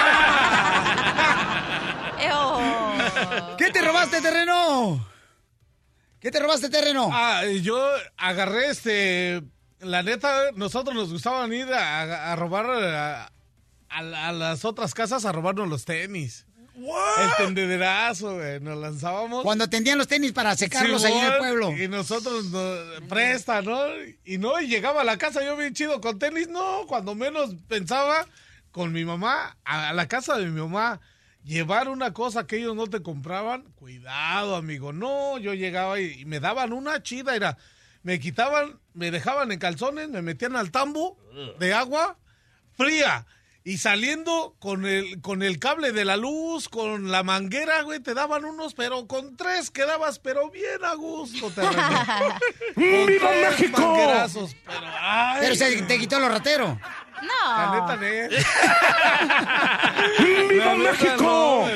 ¿Qué te robaste, terreno? ¿Qué te robaste, terreno? Yo agarré la neta, nosotros nos gustaban ir a robar a las otras casas a robarnos los tenis. What? El tendederazo, güey, nos lanzábamos. Cuando tendían los tenis para secarlos sí, ahí en el pueblo. Y nosotros presta, ¿no? Y llegaba a la casa yo bien chido con tenis, no, cuando menos pensaba con mi mamá, a la casa de mi mamá. Llevar una cosa que ellos no te compraban, cuidado, amigo. No, yo llegaba y me daban una chida, me quitaban, me dejaban en calzones, me metían al tambo de agua fría y saliendo con el cable de la luz, con la manguera, güey, te daban unos, pero con 3 quedabas, pero bien a gusto, terreno. ¡Viva México! Manguerazos, pero se te quitó lo ratero. No. La neta, ¡Viva México!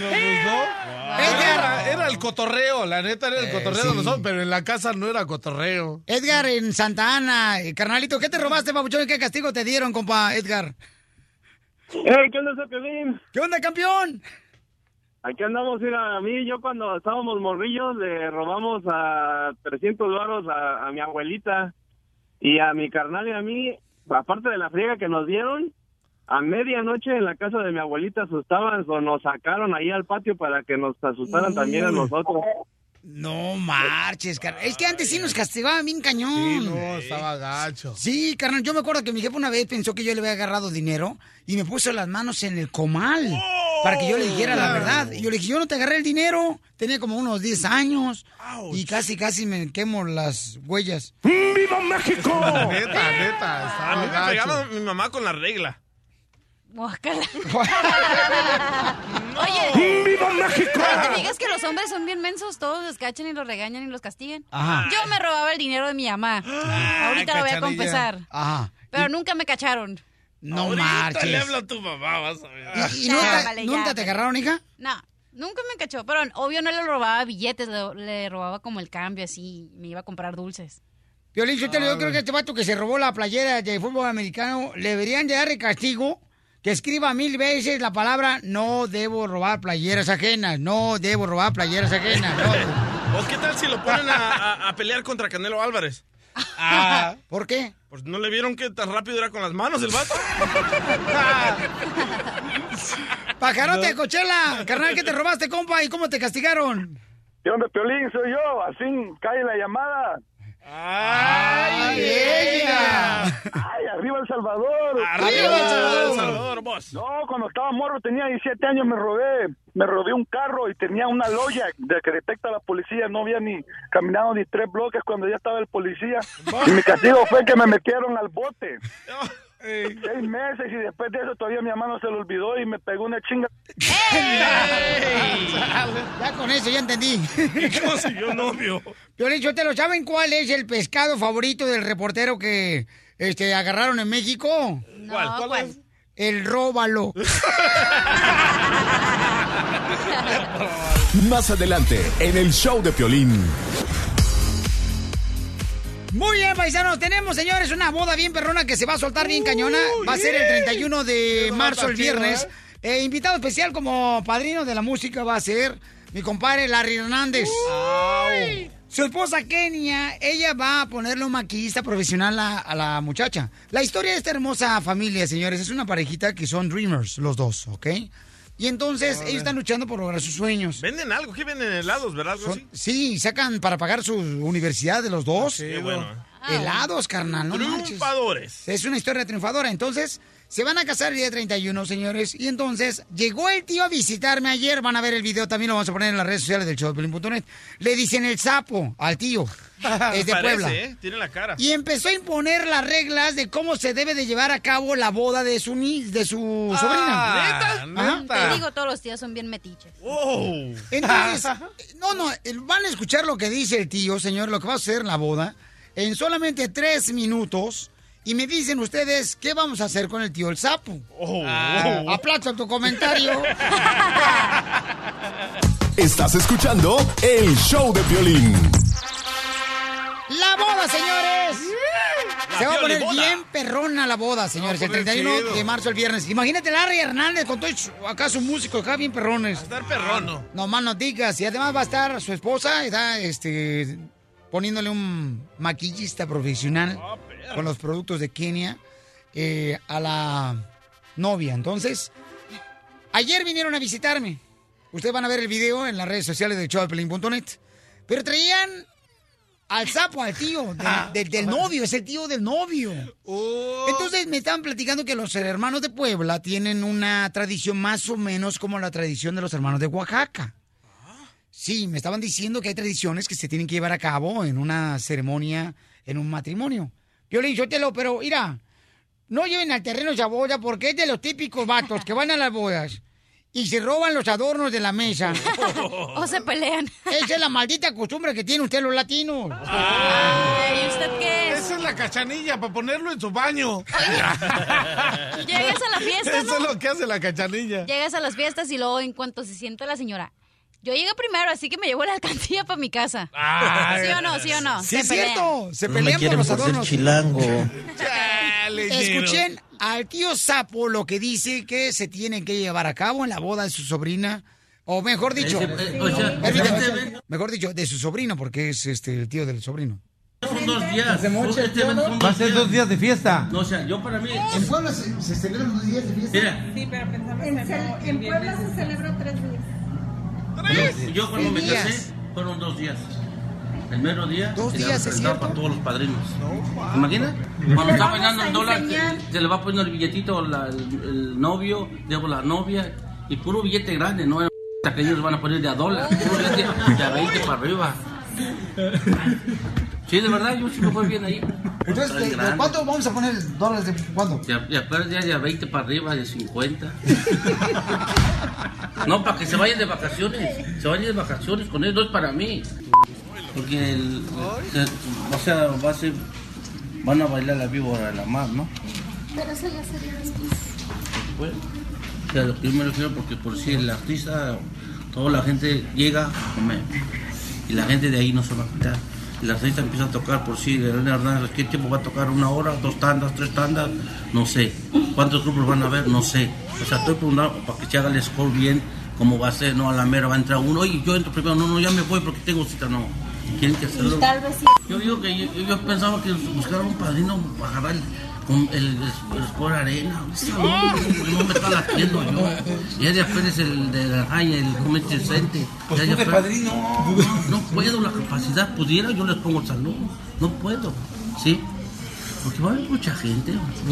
Era el cotorreo, la neta era el cotorreo de nosotros, pero en la casa no era cotorreo. Edgar, en Santa Ana, carnalito, ¿qué te robaste, papuchón? ¿Qué castigo te dieron, compa Edgar? Hey, ¿qué onda, Piolín? ¿Qué onda, campeón? Aquí andamos, mira, yo cuando estábamos morrillos le robamos a 300 varos a mi abuelita y a mi carnal y a mí, aparte de la friega que nos dieron, a medianoche en la casa de mi abuelita asustaban o nos sacaron ahí al patio para que nos asustaran también a nosotros. No marches, carnal. Es que antes sí nos castigaban bien cañón. Sí, no, estaba gacho. Sí, carnal, yo me acuerdo que mi jefe una vez pensó que yo le había agarrado dinero y me puso las manos en el comal para que yo le dijera la verdad. Y yo le dije, yo no te agarré el dinero. Tenía como unos 10 años y casi me quemo las huellas. ¡Viva México! Neta, A mí estaba me pegaba gacho. mi mamá con la regla. Guácala. Oye, ¡viva México! Pero te digas que los hombres son bien mensos, todos los cachan y los regañan y los castigan. Ajá. Yo me robaba el dinero de mi mamá. Ahorita lo voy a cachanilla. confesar. Ajá. Pero nunca me cacharon. No Ahorita marches. le hablo a tu mamá, vas a ver. ¿Y Ya, nunca, vale, nunca ya. te agarraron, hija? No, nunca me cachó. Pero obvio no le robaba billetes, le robaba como el cambio así. Me iba a comprar dulces. Piolín, yo creo que este vato que se robó la playera de fútbol americano, le deberían de dar de castigo que escriba 1000 veces la palabra no debo robar playeras ajenas, no debo robar playeras ajenas. No. ¿O qué tal si lo ponen a pelear contra Canelo Álvarez? ¿Por qué? Pues no le vieron que tan rápido era con las manos el vato. Pajarote de Coachella, carnal, ¿qué te robaste, compa? ¿Y cómo te castigaron? ¿Qué onda, Piolín? Soy yo. Así cae la llamada. ¡Ay, ella! ¡Ay, arriba El Salvador! ¡Arriba El Salvador, vos! No, cuando estaba morro, tenía 17 años, me robé un carro y tenía una loya de que detecta a la policía. No había ni caminado ni 3 bloques cuando ya estaba el policía. Y mi castigo fue que me metieron al bote. 6 meses y después de eso todavía mi mamá no se lo olvidó y me pegó una chinga. Ya con eso ya entendí. ¿Y consiguió novio? Piolín, ¿lo saben cuál es el pescado favorito del reportero que agarraron en México? No, ¿Cuál es? El róbalo. Más adelante, en el show de Piolín. Muy bien, paisanos, tenemos, señores, una boda bien perrona que se va a soltar bien cañona. Va a ser el 31 de marzo, el viernes. Invitado especial como padrino de la música va a ser mi compadre Larry Hernández. Su esposa Kenia, ella va a ponerle un maquillista profesional a la muchacha. La historia de esta hermosa familia, señores, es una parejita que son dreamers, los dos, ¿ok? Y entonces ellos están luchando por lograr sus sueños. Venden algo, ¿qué venden? Helados, ¿verdad? ¿Algo así? Sí, sacan para pagar su universidad de los dos. Sí, bueno. Helados, carnal, no Triunfadores. marches. Es una historia triunfadora. Entonces, se van a casar el día 31, señores. Y entonces, llegó el tío a visitarme ayer. Van a ver el video, también lo vamos a poner en las redes sociales del show de Piolín.net. Le dicen el sapo al tío. Es de Parece, Puebla. Tiene la cara. Y empezó a imponer las reglas de cómo se debe de llevar a cabo la boda de su sobrina. Te digo, todos los tíos son bien metiches. Entonces, van a escuchar lo que dice el tío, señor, lo que va a hacer en la boda, en solamente 3 minutos. Y me dicen ustedes, ¿qué vamos a hacer con el tío el sapo? Aplauso tu comentario. Estás escuchando el show de Piolín. ¡La boda, señores! Se va a poner Pioliboda. bien perrona la boda, señores. El 31 de marzo, el viernes. Imagínate Larry Hernández con todo acá su músico, acá bien perrones. Va a estar perrón. No más no digas. Y además va a estar su esposa, está poniéndole un maquillista profesional con los productos de Kenia a la novia. Entonces, ayer vinieron a visitarme. Ustedes van a ver el video en las redes sociales de showdepiolín.net. Pero traían al sapo, al tío del novio, es el tío del novio. Entonces me estaban platicando que los hermanos de Puebla tienen una tradición más o menos como la tradición de los hermanos de Oaxaca. Sí, me estaban diciendo que hay tradiciones que se tienen que llevar a cabo en una ceremonia, en un matrimonio. Piolín, pero mira, no lleven al terreno esa boda porque es de los típicos vatos que van a las bodas y se roban los adornos de la mesa. O se pelean. Esa es la maldita costumbre que tienen ustedes los latinos. Ay, ¿usted qué es? Esa es la cachanilla para ponerlo en su baño. Llegas a la fiesta, Eso es lo que hace la cachanilla. Llegas a las fiestas y luego en cuanto se sienta la señora, yo llegué primero, así que me llevo la alcancía para mi casa. ¿Sí o no? ¿Sí o no? Sí, es pelean. cierto. Se No me pelean por quieren los por ser adornos. chilango. Escuchen al tío Sapo lo que dice que se tiene que llevar a cabo en la boda de su sobrina. O mejor dicho, mejor dicho, de su sobrino, porque es el tío del sobrino. Son 2 días. Va a ser 2 días de fiesta. No, o sea, yo para mí... En Puebla se celebran 2 días de fiesta. Mira, Sí, pero pensamos en Puebla se celebra 3 días. yo cuando me casé, fueron 2 días. El mero día. 2 días, es cierto. Para todos los padrinos. ¿Te imaginas? Cuando está bailando el dólar, se le va poniendo el billetito el novio, luego la novia, y puro billete grande, no que ellos van a poner de $1, puro billete de a 20 para arriba. Sí, de verdad, yo sí me voy bien ahí. Entonces, ¿de cuánto vamos a poner dólares? ¿De cuándo? Ya de 20 para arriba, de 50. No, para que se vayan de vacaciones. Se vayan de vacaciones con él, no es para mí. Porque, o sea, van a bailar la víbora de la mar, ¿no? Pero eso ya sería después. Bueno, o sea, lo que yo me refiero, porque por si el artista, toda la gente llega a comer. Y la gente de ahí no se va a quitar. Y la artista empieza a tocar por sí. ¿Qué tiempo va a tocar? ¿1 hora? ¿2 tandas? ¿3 tandas? No sé. ¿Cuántos grupos van a haber? No sé. O sea, estoy preguntando para que se haga el score bien, cómo va a ser. No, a la mera va a entrar uno. Oye, yo entro primero. No, ya me voy porque tengo cita. No. Quieren que hacerlo. Y tal vez sí. Yo digo que yo pensaba que buscar un padrino para agarrar el score arena. No me está latiendo yo. Ya después es el de la raya, el comité decente. Pues tú de padrino. No puedo, la capacidad pudiera, yo les pongo el salón. No puedo, ¿sí? Porque va a haber mucha gente.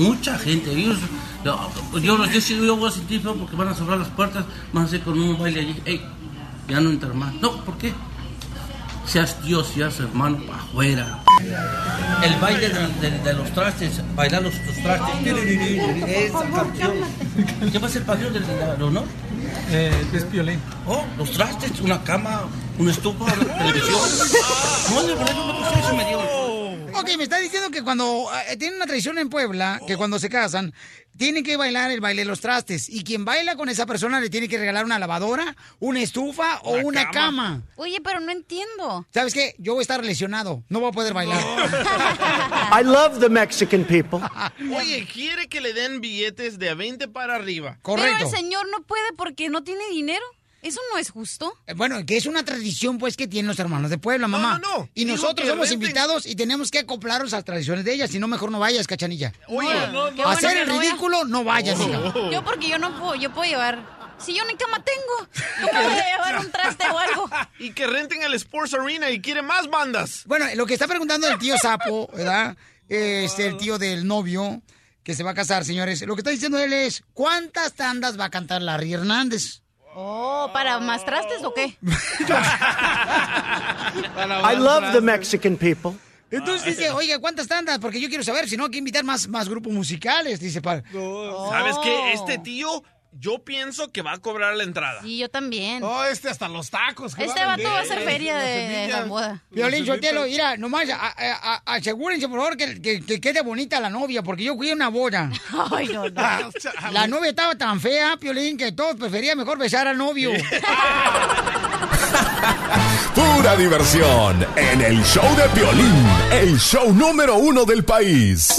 Yo voy a sentir feo porque van a cerrar las puertas, van a hacer con un baile allí. Ey, ya no entrar más. No, ¿por qué? Seas Dios, seas hermano, para afuera. El baile de los trastes, bailar los trastes. Esa canción. ¿Qué va a ser el padrino del honor? Es Piolín. Oh, los trastes, una cama, una estufa, una televisión. No, de verdad, no eso me dio. Ok, me está diciendo que cuando tienen una tradición en Puebla, que cuando se casan, tienen que bailar el baile de los trastes. Y quien baila con esa persona le tiene que regalar una lavadora, una estufa o una cama. Oye, pero no entiendo. ¿Sabes qué? Yo voy a estar lesionado. No voy a poder bailar. I love the Mexican people. Oye, quiere que le den billetes de a 20 para arriba. Correcto. Pero el señor no puede porque no tiene dinero. ¿Eso no es justo? Bueno, que es una tradición, pues, que tienen los hermanos de Puebla, mamá. No. Y nosotros somos invitados y tenemos que acoplarnos a las tradiciones de ellas. Si no, mejor no vayas, Cachanilla. Oye, no. Hacer el ridículo, no vayas, hija. Yo porque yo no puedo, yo puedo llevar... Si yo ni cama tengo, ¿cómo voy a llevar un traste o algo? Y que renten el Sports Arena y quieren más bandas. Bueno, lo que está preguntando el tío Sapo, ¿verdad? El tío del novio que se va a casar, señores. Lo que está diciendo él es, ¿cuántas tandas va a cantar Larry Hernández? Oh, ¿para más trastes o qué? I love the Mexican people. Entonces dice, oiga, ¿cuántas tandas? Porque yo quiero saber, si no, hay que invitar más grupos musicales, dice. ¿Sabes qué? Este tío, yo pienso que va a cobrar la entrada. Sí, yo también. Oh, hasta los tacos. Este vato va a hacer feria de la boda. Piolín Sotelo, mira, nomás asegúrense, por favor, que quede bonita la novia, porque yo fui a una boda. Ay, no. La novia estaba tan fea, Piolín, que todos preferían mejor besar al novio. Pura diversión en el show de Piolín, el show número 1 del país.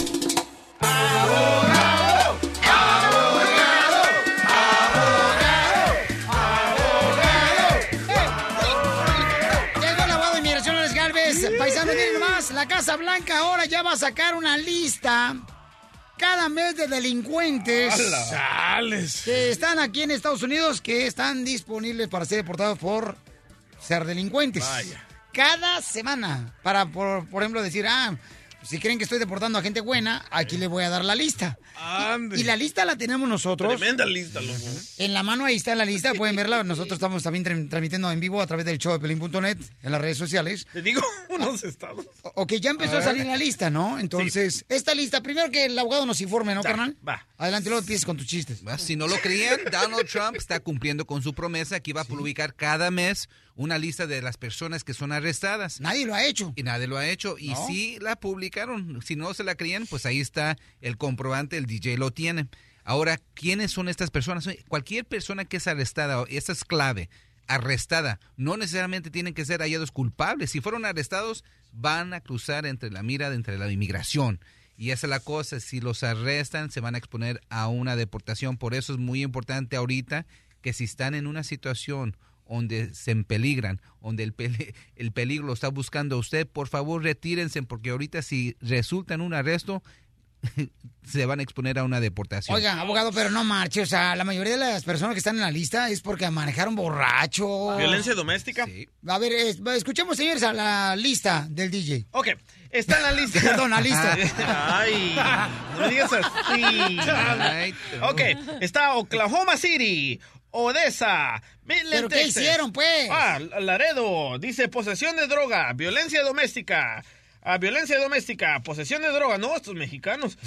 Paisano, miren nomás, la Casa Blanca ahora ya va a sacar una lista cada mes de delincuentes que están aquí en Estados Unidos, que están disponibles para ser deportados por ser delincuentes. Vaya. Cada semana, para, por ejemplo, decir, si creen que estoy deportando a gente buena, aquí les voy a dar la lista. Y la lista la tenemos nosotros. Tremenda lista, loco. En la mano ahí está la lista, pueden verla. Nosotros estamos también transmitiendo en vivo a través del show de Piolín.net en las redes sociales. Te digo unos estados. Ok, ya empezó a salir la lista, ¿no? Entonces, esta lista, primero que el abogado nos informe, ¿no, carnal? Va. Adelante, luego empieces con tus chistes. Si no lo creían, Donald Trump está cumpliendo con su promesa que iba a publicar cada mes una lista de las personas que son arrestadas. Nadie lo ha hecho. Y nadie lo ha hecho. Y sí la publicaron. Si no se la creían, pues ahí está el comprobante, el DJ lo tiene. Ahora, ¿quiénes son estas personas? Cualquier persona que es arrestada, esta es clave, arrestada, no necesariamente tienen que ser hallados culpables. Si fueron arrestados, van a cruzar entre la mira entre la inmigración. Y esa es la cosa, si los arrestan, se van a exponer a una deportación. Por eso es muy importante ahorita que si están en una situación donde se empeligran, donde el peligro lo está buscando a usted, por favor retírense, porque ahorita si resulta en un arresto, se van a exponer a una deportación. Oiga, abogado, pero no marche. O sea, la mayoría de las personas que están en la lista es porque manejaron borracho. ¿Violencia doméstica? Sí. A ver, escuchemos, señores, a la lista del DJ. Ok, está en la lista. Perdón, la lista. Ay, no me digas así. Ok, está Oklahoma City, Odessa, Midland, ¿Pero qué Texas. hicieron, pues? Laredo, dice posesión de droga, violencia doméstica. Violencia doméstica, posesión de droga. No, estos mexicanos.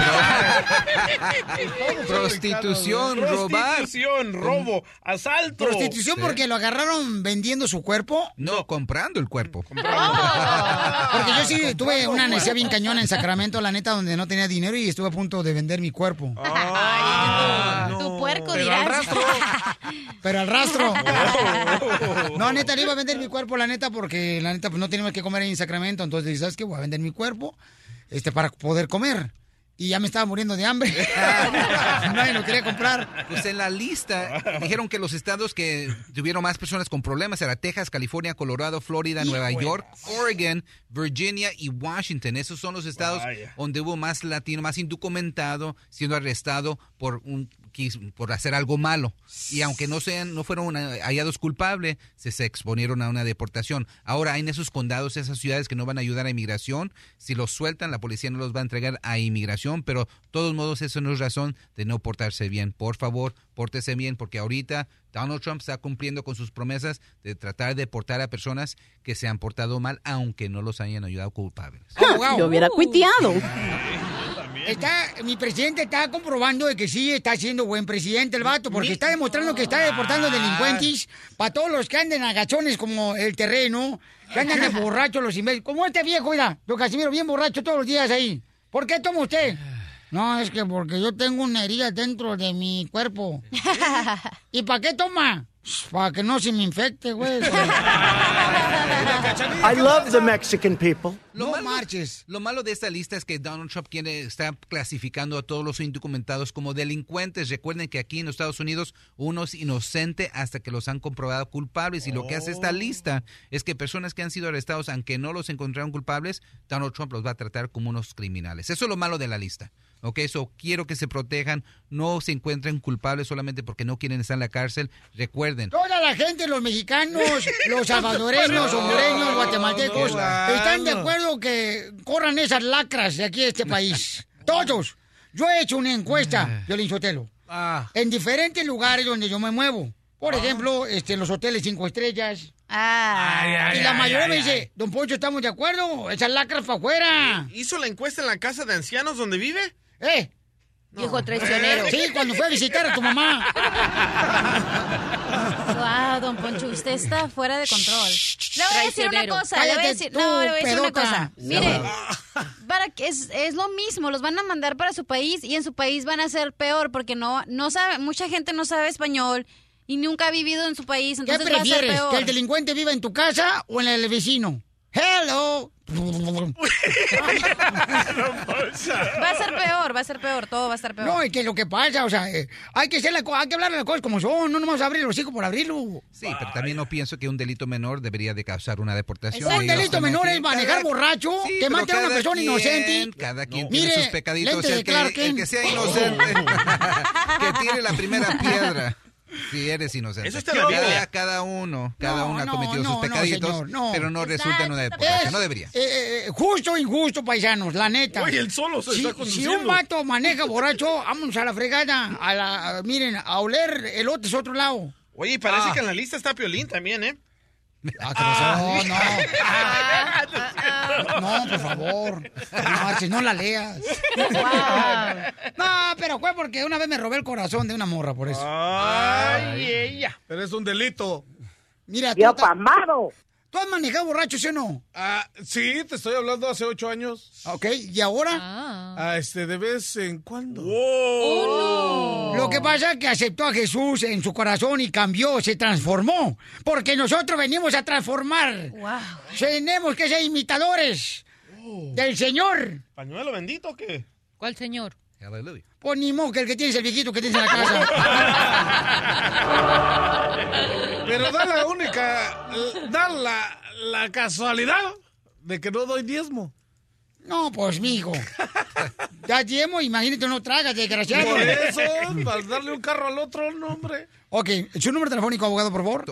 Prostitución, robar. Prostitución, robo, asalto. ¿Prostitución porque lo agarraron vendiendo su cuerpo? No, comprando el cuerpo. Porque yo sí tuve una necesidad bien cañona en Sacramento, la neta, donde no tenía dinero y estuve a punto de vender mi cuerpo. Tu puerco, Pero dirás. al rastro. Pero al rastro. No, neta, le iba a vender mi cuerpo, la neta, porque la neta pues no teníamos que comer ahí en Sacramento. Entonces dije, ¿sabes qué? Voy a vender mi cuerpo para poder comer. Y ya me estaba muriendo de hambre. Nadie lo quería comprar. Pues en la lista dijeron que los estados que tuvieron más personas con problemas eran Texas, California, Colorado, Florida, Nueva York, Oregon, Virginia y Washington. Esos son los estados donde hubo más latino, más indocumentado, siendo arrestado por hacer algo malo. Y aunque no fueron hallados culpables, se exponieron a una deportación. Ahora hay en esos condados, esas ciudades que no van a ayudar a inmigración. Si los sueltan, la policía no los va a entregar a inmigración, pero de todos modos eso no es razón de no portarse bien. Por favor, pórtese bien, porque ahorita Donald Trump está cumpliendo con sus promesas de tratar de deportar a personas que se han portado mal, aunque no los hayan ayudado culpables. Yo hubiera cuiteado. Mi presidente está comprobando de que sí está siendo buen presidente el vato, porque está demostrando que está deportando delincuentes para todos los que anden agachones como el terreno, que andan de borrachos los imbéciles. Como este viejo, mira, don Casimiro, bien borracho todos los días ahí. ¿Por qué toma usted? No, es que porque yo tengo una herida dentro de mi cuerpo. ¿Y para qué toma? Para que no se me infecte, güey. I love the Mexican people. Lo malo de esta lista es que Donald Trump está clasificando a todos los indocumentados como delincuentes. Recuerden que aquí en los Estados Unidos uno es inocente hasta que los han comprobado culpables. Y lo que hace esta lista es que personas que han sido arrestados, aunque no los encontraron culpables, Donald Trump los va a tratar como unos criminales. Eso es lo malo de la lista. Ok, eso quiero que se protejan, no se encuentren culpables solamente porque no quieren estar en la cárcel. Recuerden. Toda la gente, los mexicanos, los salvadoreños, hondureños, guatemaltecos, están de acuerdo que corran esas lacras de aquí de este país. Todos. Yo he hecho una encuesta, Piolín Sotelo, en diferentes lugares donde yo me muevo. Por ejemplo, los hoteles 5 estrellas. Y la mayoría me dice, don Poncho, ¿estamos de acuerdo? Esas lacras para afuera. ¿Hizo la encuesta en la casa de ancianos donde vive? Viejo traicionero. Sí, cuando fue a visitar a tu mamá. Don Poncho, usted está fuera de control. Le voy a decir una cosa, le voy a decir una cosa. Mire, es lo mismo, los van a mandar para su país y en su país van a ser peor porque no sabe, mucha gente no sabe español y nunca ha vivido en su país, entonces ¿qué prefieres? Va a ser peor. ¿Que el delincuente viva en tu casa o en la del vecino? ¡Hello! Va a ser peor, todo va a estar peor. No, es que lo que pasa, o sea, hay que hablar de las cosas como son, no nomás abrir los hijos por abrirlo. Sí, pero también no pienso que un delito menor debería de causar una deportación. Un delito menor es manejar borracho, que mate a una persona inocente. Cada quien tiene sus pecaditos, el que sea inocente, que tire la primera piedra. Si eres inocente. Eso está en la Biblia. Cada uno ha cometido sus pecaditos, pero no resulta en una deportación. No debería. Justo, injusto, paisanos, la neta. Oye, él solo se está conduciendo. Si un vato maneja borracho, vámonos a la fregada, miren, a oler elotes a otro lado. Oye, parece que en la lista está Piolín también, ¿eh? No, por favor. No la leas. No, pero fue porque una vez me robé el corazón de una morra, por eso. Ay, ella. Pero es un delito. Mira, ¡Yo pasmado! ¿Tú has manejado borracho, sí o no? Sí, te estoy hablando hace 8 años. Ok, ¿y ahora? De vez en cuando. Oh, no. Lo que pasa es que aceptó a Jesús en su corazón y cambió, se transformó. Porque nosotros venimos a transformar. Wow. Tenemos que ser imitadores del Señor. ¿Pañuelo bendito o qué? ¿Cuál señor? Aleluya. Pues ni modo que el que tienes el viejito que tienes en la casa. Pero da la casualidad de que no doy diezmo. No, pues, mijo. Ya llemo, imagínate, no tragas, desgraciado. Por eso, para darle un carro al otro, no, hombre. Ok, su número telefónico, abogado, por favor.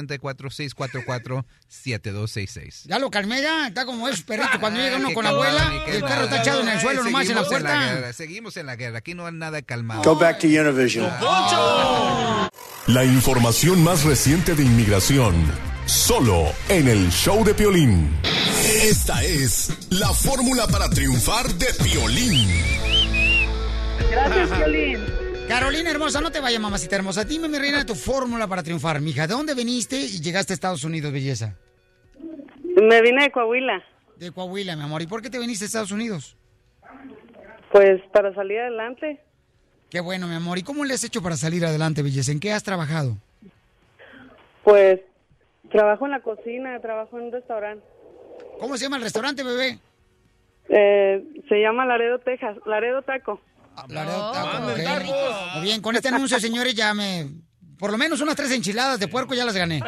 844-644-7266. Ya lo calmé, ya. Está como esos perritos cuando llega uno con la abuela y el perro está echado en el suelo nomás en la puerta. Seguimos en la guerra. Aquí no hay nada calmado. Go back to Univision. La información más reciente de inmigración, solo en el show de Piolín. Esta es la fórmula para triunfar de Piolín. Gracias, Piolín. Carolina hermosa, no te vayas, mamacita hermosa. Dime, mi reina, tu fórmula para triunfar, mija. ¿De dónde viniste y llegaste a Estados Unidos, belleza? Me vine de Coahuila. De Coahuila, mi amor. ¿Y por qué te viniste a Estados Unidos? Pues para salir adelante. Qué bueno, mi amor. ¿Y cómo le has hecho para salir adelante, belleza? ¿En qué has trabajado? Pues trabajo en la cocina, trabajo en un restaurante. ¿Cómo se llama el restaurante, bebé? Se llama Laredo, Texas. Laredo Taco. Laredo Taco. Okay. Muy bien, con este anuncio, señores, ya por lo menos unas 3 enchiladas de puerco ya las gané.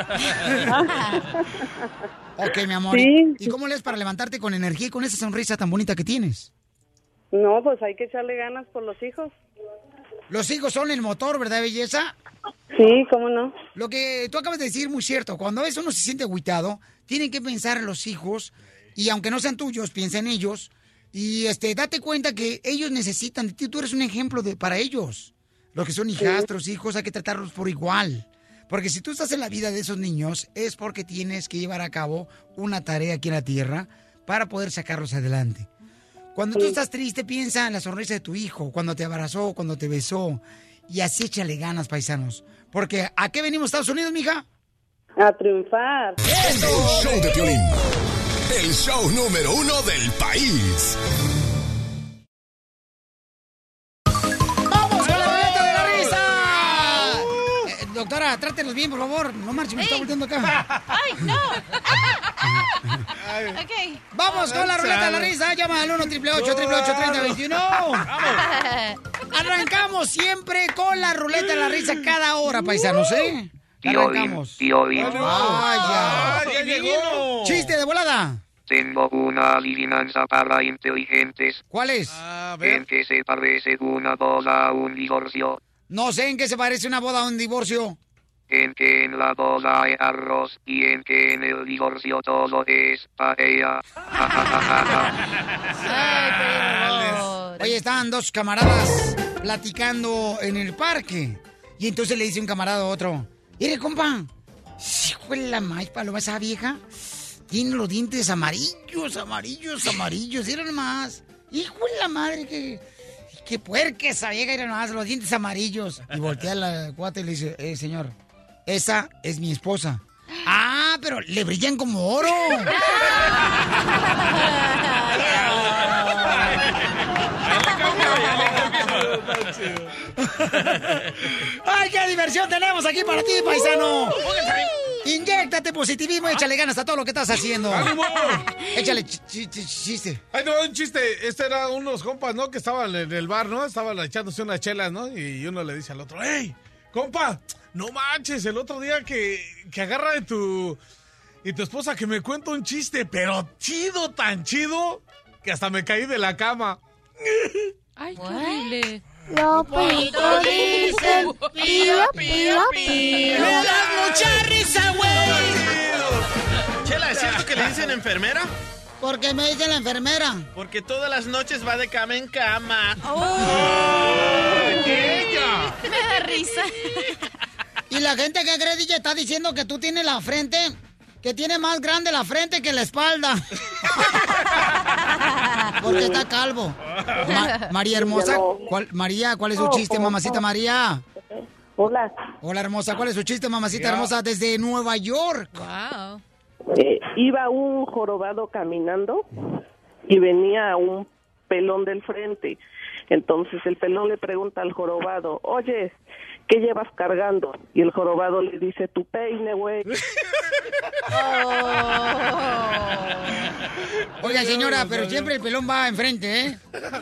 Ok, mi amor. Sí. ¿Y cómo le es para levantarte con energía y con esa sonrisa tan bonita que tienes? No, pues hay que echarle ganas por los hijos. Los hijos son el motor, ¿verdad, belleza? Sí, ¿cómo no? Lo que tú acabas de decir, muy cierto. Cuando a veces uno se siente agüitado, tienen que pensar en los hijos, y aunque no sean tuyos, piensa en ellos, y date cuenta que ellos necesitan de ti. Tú eres un ejemplo para ellos. Los que son hijastros, hijos, hay que tratarlos por igual. Porque si tú estás en la vida de esos niños, es porque tienes que llevar a cabo una tarea aquí en la tierra para poder sacarlos adelante. Cuando tú estás triste, piensa en la sonrisa de tu hijo, cuando te abrazó, cuando te besó. Y así échale ganas, paisanos. Porque, ¿a qué venimos, Estados Unidos, mija? A triunfar. El show de Piolín. El show número 1 del país. ¡Vamos con la ruleta de la risa! Doctora, trátenos bien, por favor. No marche, me está volteando acá. ¡Ay, no! Ok. Vamos con la ruleta de la risa. Llama al 1-888-888-3021. Arrancamos siempre con la ruleta de la risa cada hora, paisanos, ¿eh? Arrancamos. Vaya. Ya llegó. Chiste de volada. Tengo una adivinanza para inteligentes. ¿Cuál es? ¿En qué se parece una boda a un divorcio? No sé en qué se parece una boda a un divorcio. En que en la boda hay arroz y en que en el divorcio todo es paella. Oye, estaban dos camaradas platicando en el parque. Y entonces le dice un camarada a otro: mire, compa, hijo de la maíz paloma, esa vieja tiene los dientes amarillos. Mira nomás. Hijo de la madre, que puerca esa vieja, mira nomás, los dientes amarillos. Y voltea a la cuata y le dice: señor, esa es mi esposa. Ah, pero le brillan como oro. ¡Ay, qué diversión tenemos aquí para ti, paisano! Inyéctate positivismo y échale ganas a todo lo que estás haciendo. Échale chiste. Ay, no, un chiste. Era unos compas, ¿no? Que estaban en el bar, ¿no? Estaban echándose unas chelas, ¿no? Y uno le dice al otro: ¡Ey, compa! No manches, el otro día que agarra de tu esposa que me cuenta un chiste, pero chido, tan chido, que hasta me caí de la cama. Ay, qué horrible. Los pollitos dicen pío, pío, pío. ¡Me da mucha risa, güey! Chela, ¿es cierto que le dicen enfermera? ¿Por qué me dicen la enfermera? Porque todas las noches va de cama en cama. ¡Ella! Me da risa. Y la gente que cree, DJ, está diciendo que tú tienes la frente, que tiene más grande la frente que la espalda. Porque está calvo. María hermosa, ¿cuál es su chiste, mamacita María? Hola. Hola, hermosa, ¿cuál es su chiste, mamacita hermosa, desde Nueva York? Wow. Iba un jorobado caminando y venía un pelón del frente. Entonces el pelón le pregunta al jorobado: oye, ¿qué llevas cargando? Y el jorobado le dice: tu peine, güey. Oiga, señora, pero siempre el pelón va enfrente, ¿eh?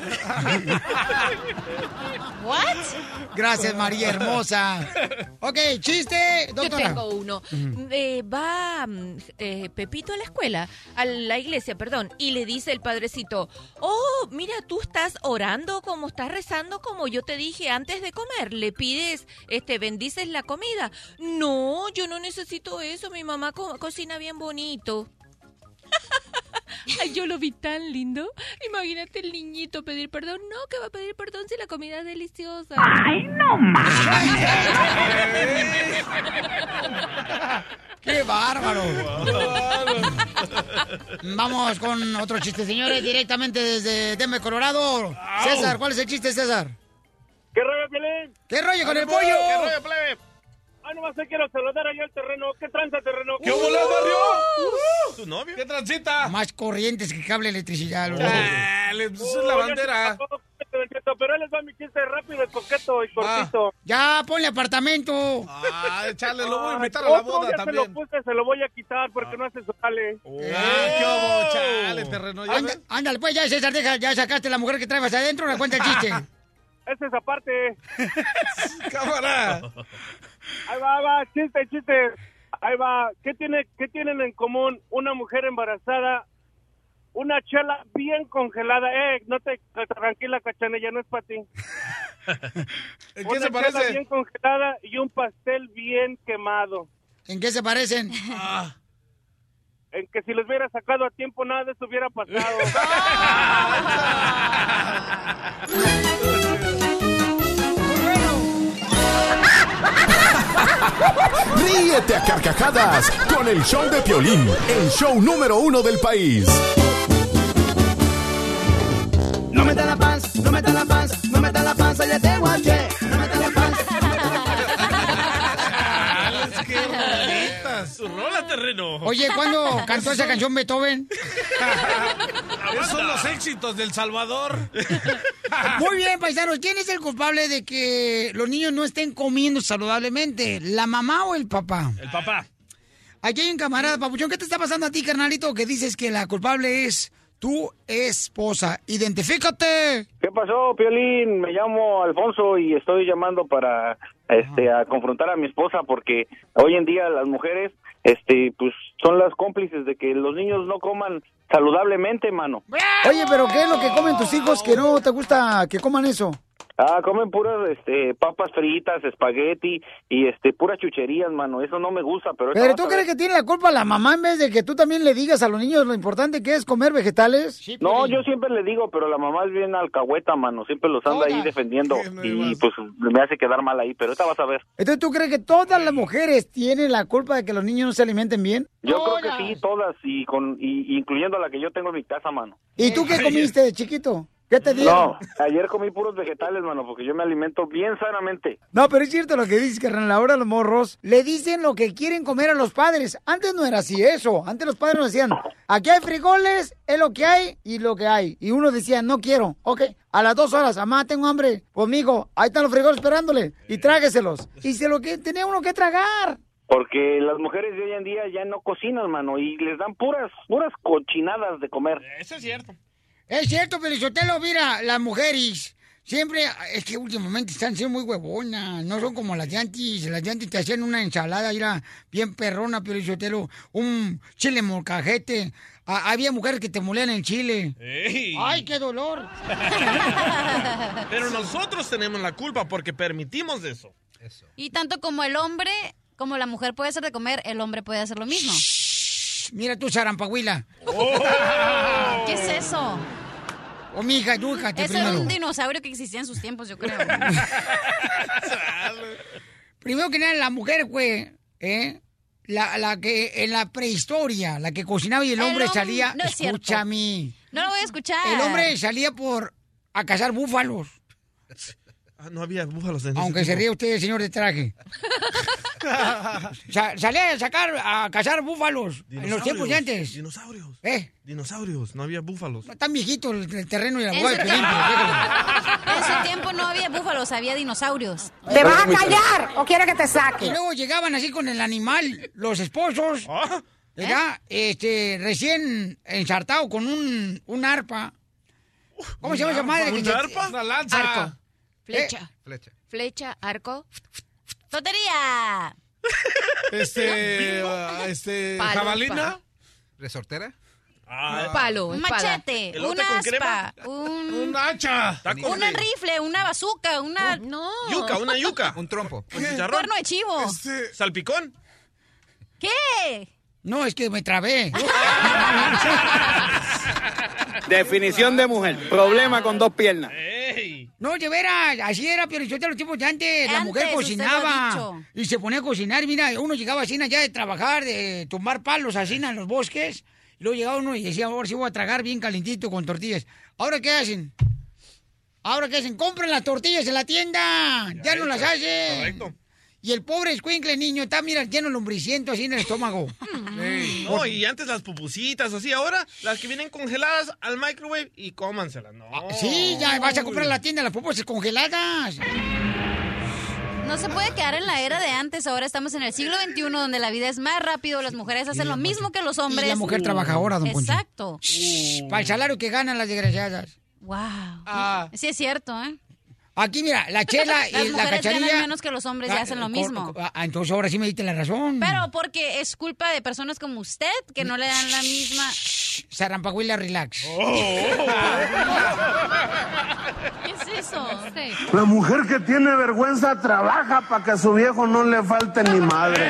¿What? Gracias, María hermosa. Ok, chiste, doctora. Yo tengo uno. Va Pepito a la escuela, a la iglesia, perdón, y le dice el padrecito, oh, mira, tú estás orando como estás rezando como yo te dije antes de comer. Le pides, bendices la comida. No, yo no necesito eso. Mi mamá cocina bien bonito. Ay, yo lo vi tan lindo. Imagínate el niñito pedir perdón. No, que va a pedir perdón si la comida es deliciosa. ¡Ay, no más! ¡Qué bárbaro! Vamos con otro chiste, señores, directamente desde Denver, Colorado. César, ¿cuál es el chiste, César? ¿Qué rollo, Piolín? ¿Qué rollo con el pollo? ¿Qué rollo, plebe? Nomás te quiero saludar allá al terreno. ¿Qué tranza, terreno? ¿Qué volás, barrio? ¿Tu novio? ¿Qué transita? Más corrientes que cable de electricidad. Esa es la bandera. Pero él les va mi chiste rápido, coqueto y cortito. Ya, ponle apartamento. Échale, lo voy a invitar a la boda también. Se lo puse, se lo voy a quitar porque no hace su jale. ¿Qué hubo? Chale, terreno. Ándale, pues ya, César, ya sacaste la mujer que traes adentro, le cuenta el chiste. Esa es aparte. Cámara. Ahí va, chiste. Ahí va. ¿Qué tienen en común una mujer embarazada, una chela bien congelada? Tranquila, Cachanilla, no es para ti. ¿En qué se parece? Una chela bien congelada y un pastel bien quemado. ¿En qué se parecen? En que si los hubiera sacado a tiempo, nada de eso hubiera pasado. Ríete a carcajadas con el show de Piolín, el show número 1 del país. No me da la panza, no me da la panza, no me da la panza, ya te guaché. No me da la panza, no me da la panza. ¡Qué rolitas! ¡Su rola, terreno! Oye, ¿cuándo cantó esa canción Beethoven? Esos son los éxitos del Salvador. Muy bien, paisanos. ¿Quién es el culpable de que los niños no estén comiendo saludablemente? ¿La mamá o el papá? El papá. Aquí hay un camarada, Papuchón. ¿Qué te está pasando a ti, carnalito? Que dices que la culpable es tu esposa. ¡Identifícate! ¿Qué pasó, Piolín? Me llamo Alfonso y estoy llamando para a confrontar a mi esposa porque hoy en día las mujeres pues son las cómplices de que los niños no coman saludablemente, mano. Oye, pero ¿qué es lo que comen tus hijos que no te gusta que coman eso? Comen puras papas fritas, espagueti y puras chucherías, mano. Eso no me gusta, pero ¿tú crees que tiene la culpa la mamá en vez de que tú también le digas a los niños lo importante que es comer vegetales? Sí, no, yo siempre le digo, pero la mamá es bien alcahueta, mano. Siempre los anda ahí defendiendo y pues me hace quedar mal ahí, pero ahorita vas a ver. Entonces, ¿tú crees que todas las mujeres tienen la culpa de que los niños no se alimenten bien? Yo creo que sí, todas, y incluyendo la que yo tengo en mi casa, mano. ¿Y tú qué comiste de chiquito? ¿Qué te dieron? No, ayer comí puros vegetales, mano, porque yo me alimento bien sanamente. No, pero es cierto lo que dices, carnal. Ahora los morros le dicen lo que quieren comer a los padres. Antes no era así eso. Antes los padres nos decían, aquí hay frijoles, es lo que hay y lo que hay. Y uno decía, no quiero. Ok, a las 2 horas, mamá, tengo hambre. Pues, mijo, ahí están los frijoles esperándole. Y trágueselos. Y tenía uno que tragar. Porque las mujeres de hoy en día ya no cocinan, mano, y les dan puras cochinadas de comer. Eso es cierto. Es cierto, pero yo te lo mira, las mujeres siempre, es que últimamente están siendo muy huevonas, no son como las de antes te hacían una ensalada, era bien perrona, pero yo te lo, un chile molcajete, había mujeres que te molían el chile. ¡Ey! ¡Ay, qué dolor! Pero nosotros tenemos la culpa porque permitimos eso. Y tanto como el hombre, como la mujer puede hacer de comer, el hombre puede hacer lo mismo. Mira tú, Zarampahuila. ¿Qué es eso? Oh, mija, edúcate Ese primero. era un dinosaurio que existía en sus tiempos, yo creo. Primero que nada, la mujer, güey, la que en la prehistoria, la que cocinaba y el hombre salía... No es escúchame. No lo voy a escuchar. El hombre salía a cazar búfalos. No había búfalos en ese Aunque se tiempo. ríe usted, señor de traje. Salía a cazar búfalos en los tiempos de antes. Dinosaurios. Dinosaurios, no había búfalos. Tan viejito el terreno y la En boda de su Pelín, En su tiempo no había búfalos, había dinosaurios. ¿Te vas a callar o quiere que te saque? Y luego llegaban así con el animal, los esposos. ¿verdad? Recién ensartado con un arpa. ¿Cómo se llama esa madre? ¿Un arpa? Una lanza. Arco. Flecha. Flecha, arco. ¡Tontería! Palo, jabalina. ¿Resortera? Un palo, Un espada. machete, ¿Elote una con aspa, crema? Un hacha. un rifle, una bazooka, una... No. Una yuca. Un trompo. Un chicharrón. Cuerno de chivo. Salpicón. ¿Qué? No, es que me trabé. Definición de mujer. Problema con 2 piernas. No, de veras, así era, pero yo te los tiempos de antes. La mujer Antes, usted lo ha cocinaba dicho. y se ponía a cocinar. Mira, uno llegaba así ya de trabajar, de tumbar palos así en los bosques. Y luego llegaba uno y decía, ahora sí voy a tragar bien calentito con tortillas. ¿Ahora qué hacen? Compren las tortillas en la tienda. Ya no las hacen. Correcto. Y el pobre escuincle niño está, mira, lleno de lombriciento así en el estómago. No, y antes las pupusitas, así. Ahora, las que vienen congeladas al microwave y cómanselas. No. Sí, ya vas a comprar en la tienda las pupas congeladas. No se puede quedar en la era de antes. Ahora estamos en el siglo XXI, donde la vida es más rápido. Las mujeres hacen lo mismo que los hombres. Y la mujer trabaja ahora, don Poncho. Exacto. Para el salario que ganan las desgraciadas. Wow. Sí es cierto, ¿eh? Aquí, mira, la Chela Las y la mujeres Cachanilla... ganan menos que los hombres y hacen lo mismo. Entonces ahora sí me diste la razón. Pero porque es culpa de personas como usted que no le dan la misma... Sarampahuila, relax. ¿Qué es eso? La mujer que tiene vergüenza trabaja para que a su viejo no le falte ni madre.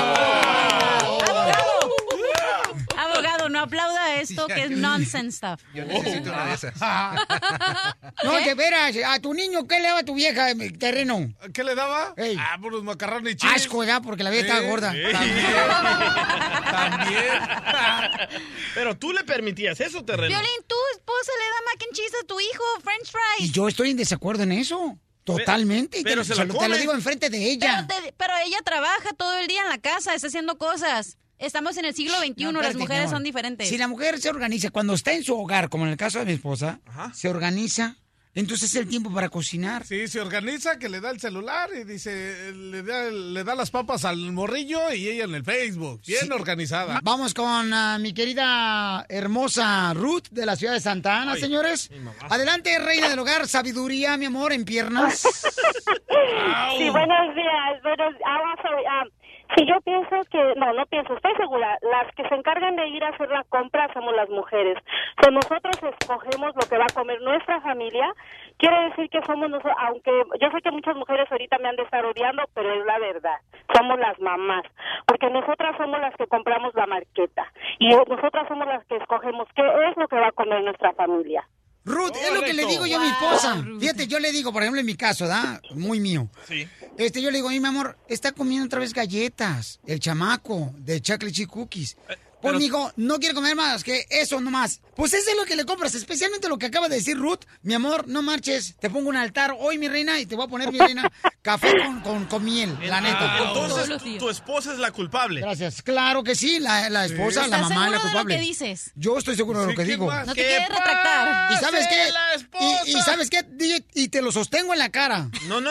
Abogado, no aplauda esto que es nonsense stuff. Yo necesito una de esas. No, de veras, a tu niño, ¿qué le daba a tu vieja en el terreno? ¿Qué le daba? Ey. Por los macarrones y chiles. Asco, ¿verdad? Porque la vieja estaba gorda. También. Pero tú le permitías eso, terreno. Violín, tu esposa le da mac and cheese a tu hijo, french fries. Y yo estoy en desacuerdo en eso. Totalmente. Y pero te lo digo enfrente de ella. Pero ella trabaja todo el día en la casa, está haciendo cosas. Estamos en el siglo XXI, No, las espérate, mujeres mi amor. son diferentes. Si la mujer se organiza, cuando está en su hogar, como en el caso de mi esposa, se organiza, entonces es el tiempo para cocinar. Sí, se organiza, que le da el celular y dice, le da las papas al morrillo y ella en el Facebook. Bien organizada. Vamos con mi querida hermosa Ruth de la ciudad de Santa Ana, señores. Adelante, reina del hogar, sabiduría, mi amor, en piernas. Sí, buenos días. Sí, yo pienso no pienso, estoy segura, las que se encargan de ir a hacer la compra somos las mujeres. Nosotros escogemos lo que va a comer nuestra familia. Quiere decir que somos nosotros, aunque yo sé que muchas mujeres ahorita me han de estar odiando, pero es la verdad. Somos las mamás, porque nosotras somos las que compramos la marqueta y nosotras somos las que escogemos qué es lo que va a comer nuestra familia. Ruth, es lo que le digo yo a mi esposa. Fíjate, yo le digo, por ejemplo, en mi caso, ¿da? Muy mío. Sí. Yo le digo, mi amor, está comiendo otra vez galletas, el chamaco, de chocolate chip cookies. Pues, mijo, no quiero comer más que eso nomás. Pues eso es lo que le compras, especialmente lo que acaba de decir Ruth. Mi amor, no marches, te pongo un altar hoy, mi reina, y te voy a poner, mi reina, café con miel, la neta. Entonces, tu esposa es la culpable. Gracias. Claro que sí, la esposa, la mamá es la culpable. ¿Estás seguro de lo que dices? Yo estoy seguro de lo que digo. No te quieres retractar. ¿Y sabes qué? ¿Y sabes qué? Y te lo sostengo en la cara. No.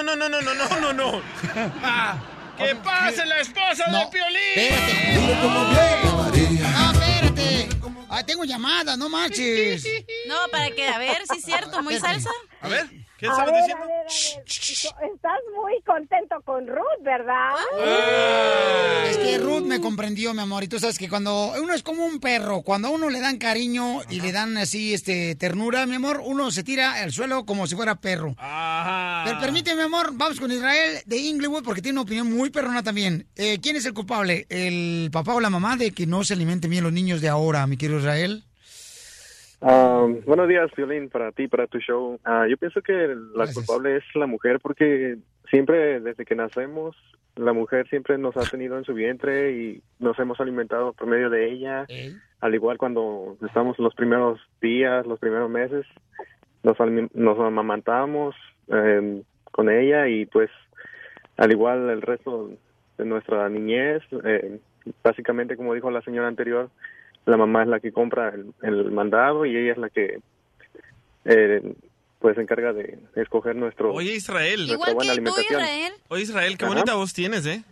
¡Que pase la esposa de Piolín! Espérate. No, espérate. Tengo llamada, no marches. No, para que, a ver, si es cierto, muy salsa. A ver, ¿qué estabas diciendo? Estás muy contento con Ruth, ¿verdad? Es que Ruth me comprendió, mi amor. Y tú sabes que cuando uno es como un perro, cuando a uno le dan cariño y le dan así ternura, mi amor, uno se tira al suelo como si fuera perro. Pero permíteme, mi amor, vamos con Israel de Inglewood porque tiene una opinión muy perrona también. ¿Quién es el culpable? ¿El papá o la mamá de que no se alimenten bien los niños de ahora, mi querido Israel? Buenos días, Piolín, para ti, para tu show. Yo pienso que la culpable es la mujer porque siempre, desde que nacemos, la mujer siempre nos ha tenido en su vientre y nos hemos alimentado por medio de ella. Al igual cuando estamos los primeros días, los primeros meses, nos amamantamos con ella y pues al igual el resto de nuestra niñez, básicamente como dijo la señora anterior, la mamá es la que compra el mandado y ella es la que pues se encarga de escoger nuestro. Oye, Israel. Nuestra buena alimentación. Oye, Israel, qué Ajá. bonita voz tienes, ¿eh?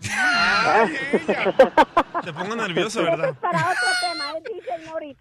Te pongo nervioso, ¿verdad? Para otro tema, dicen ahorita.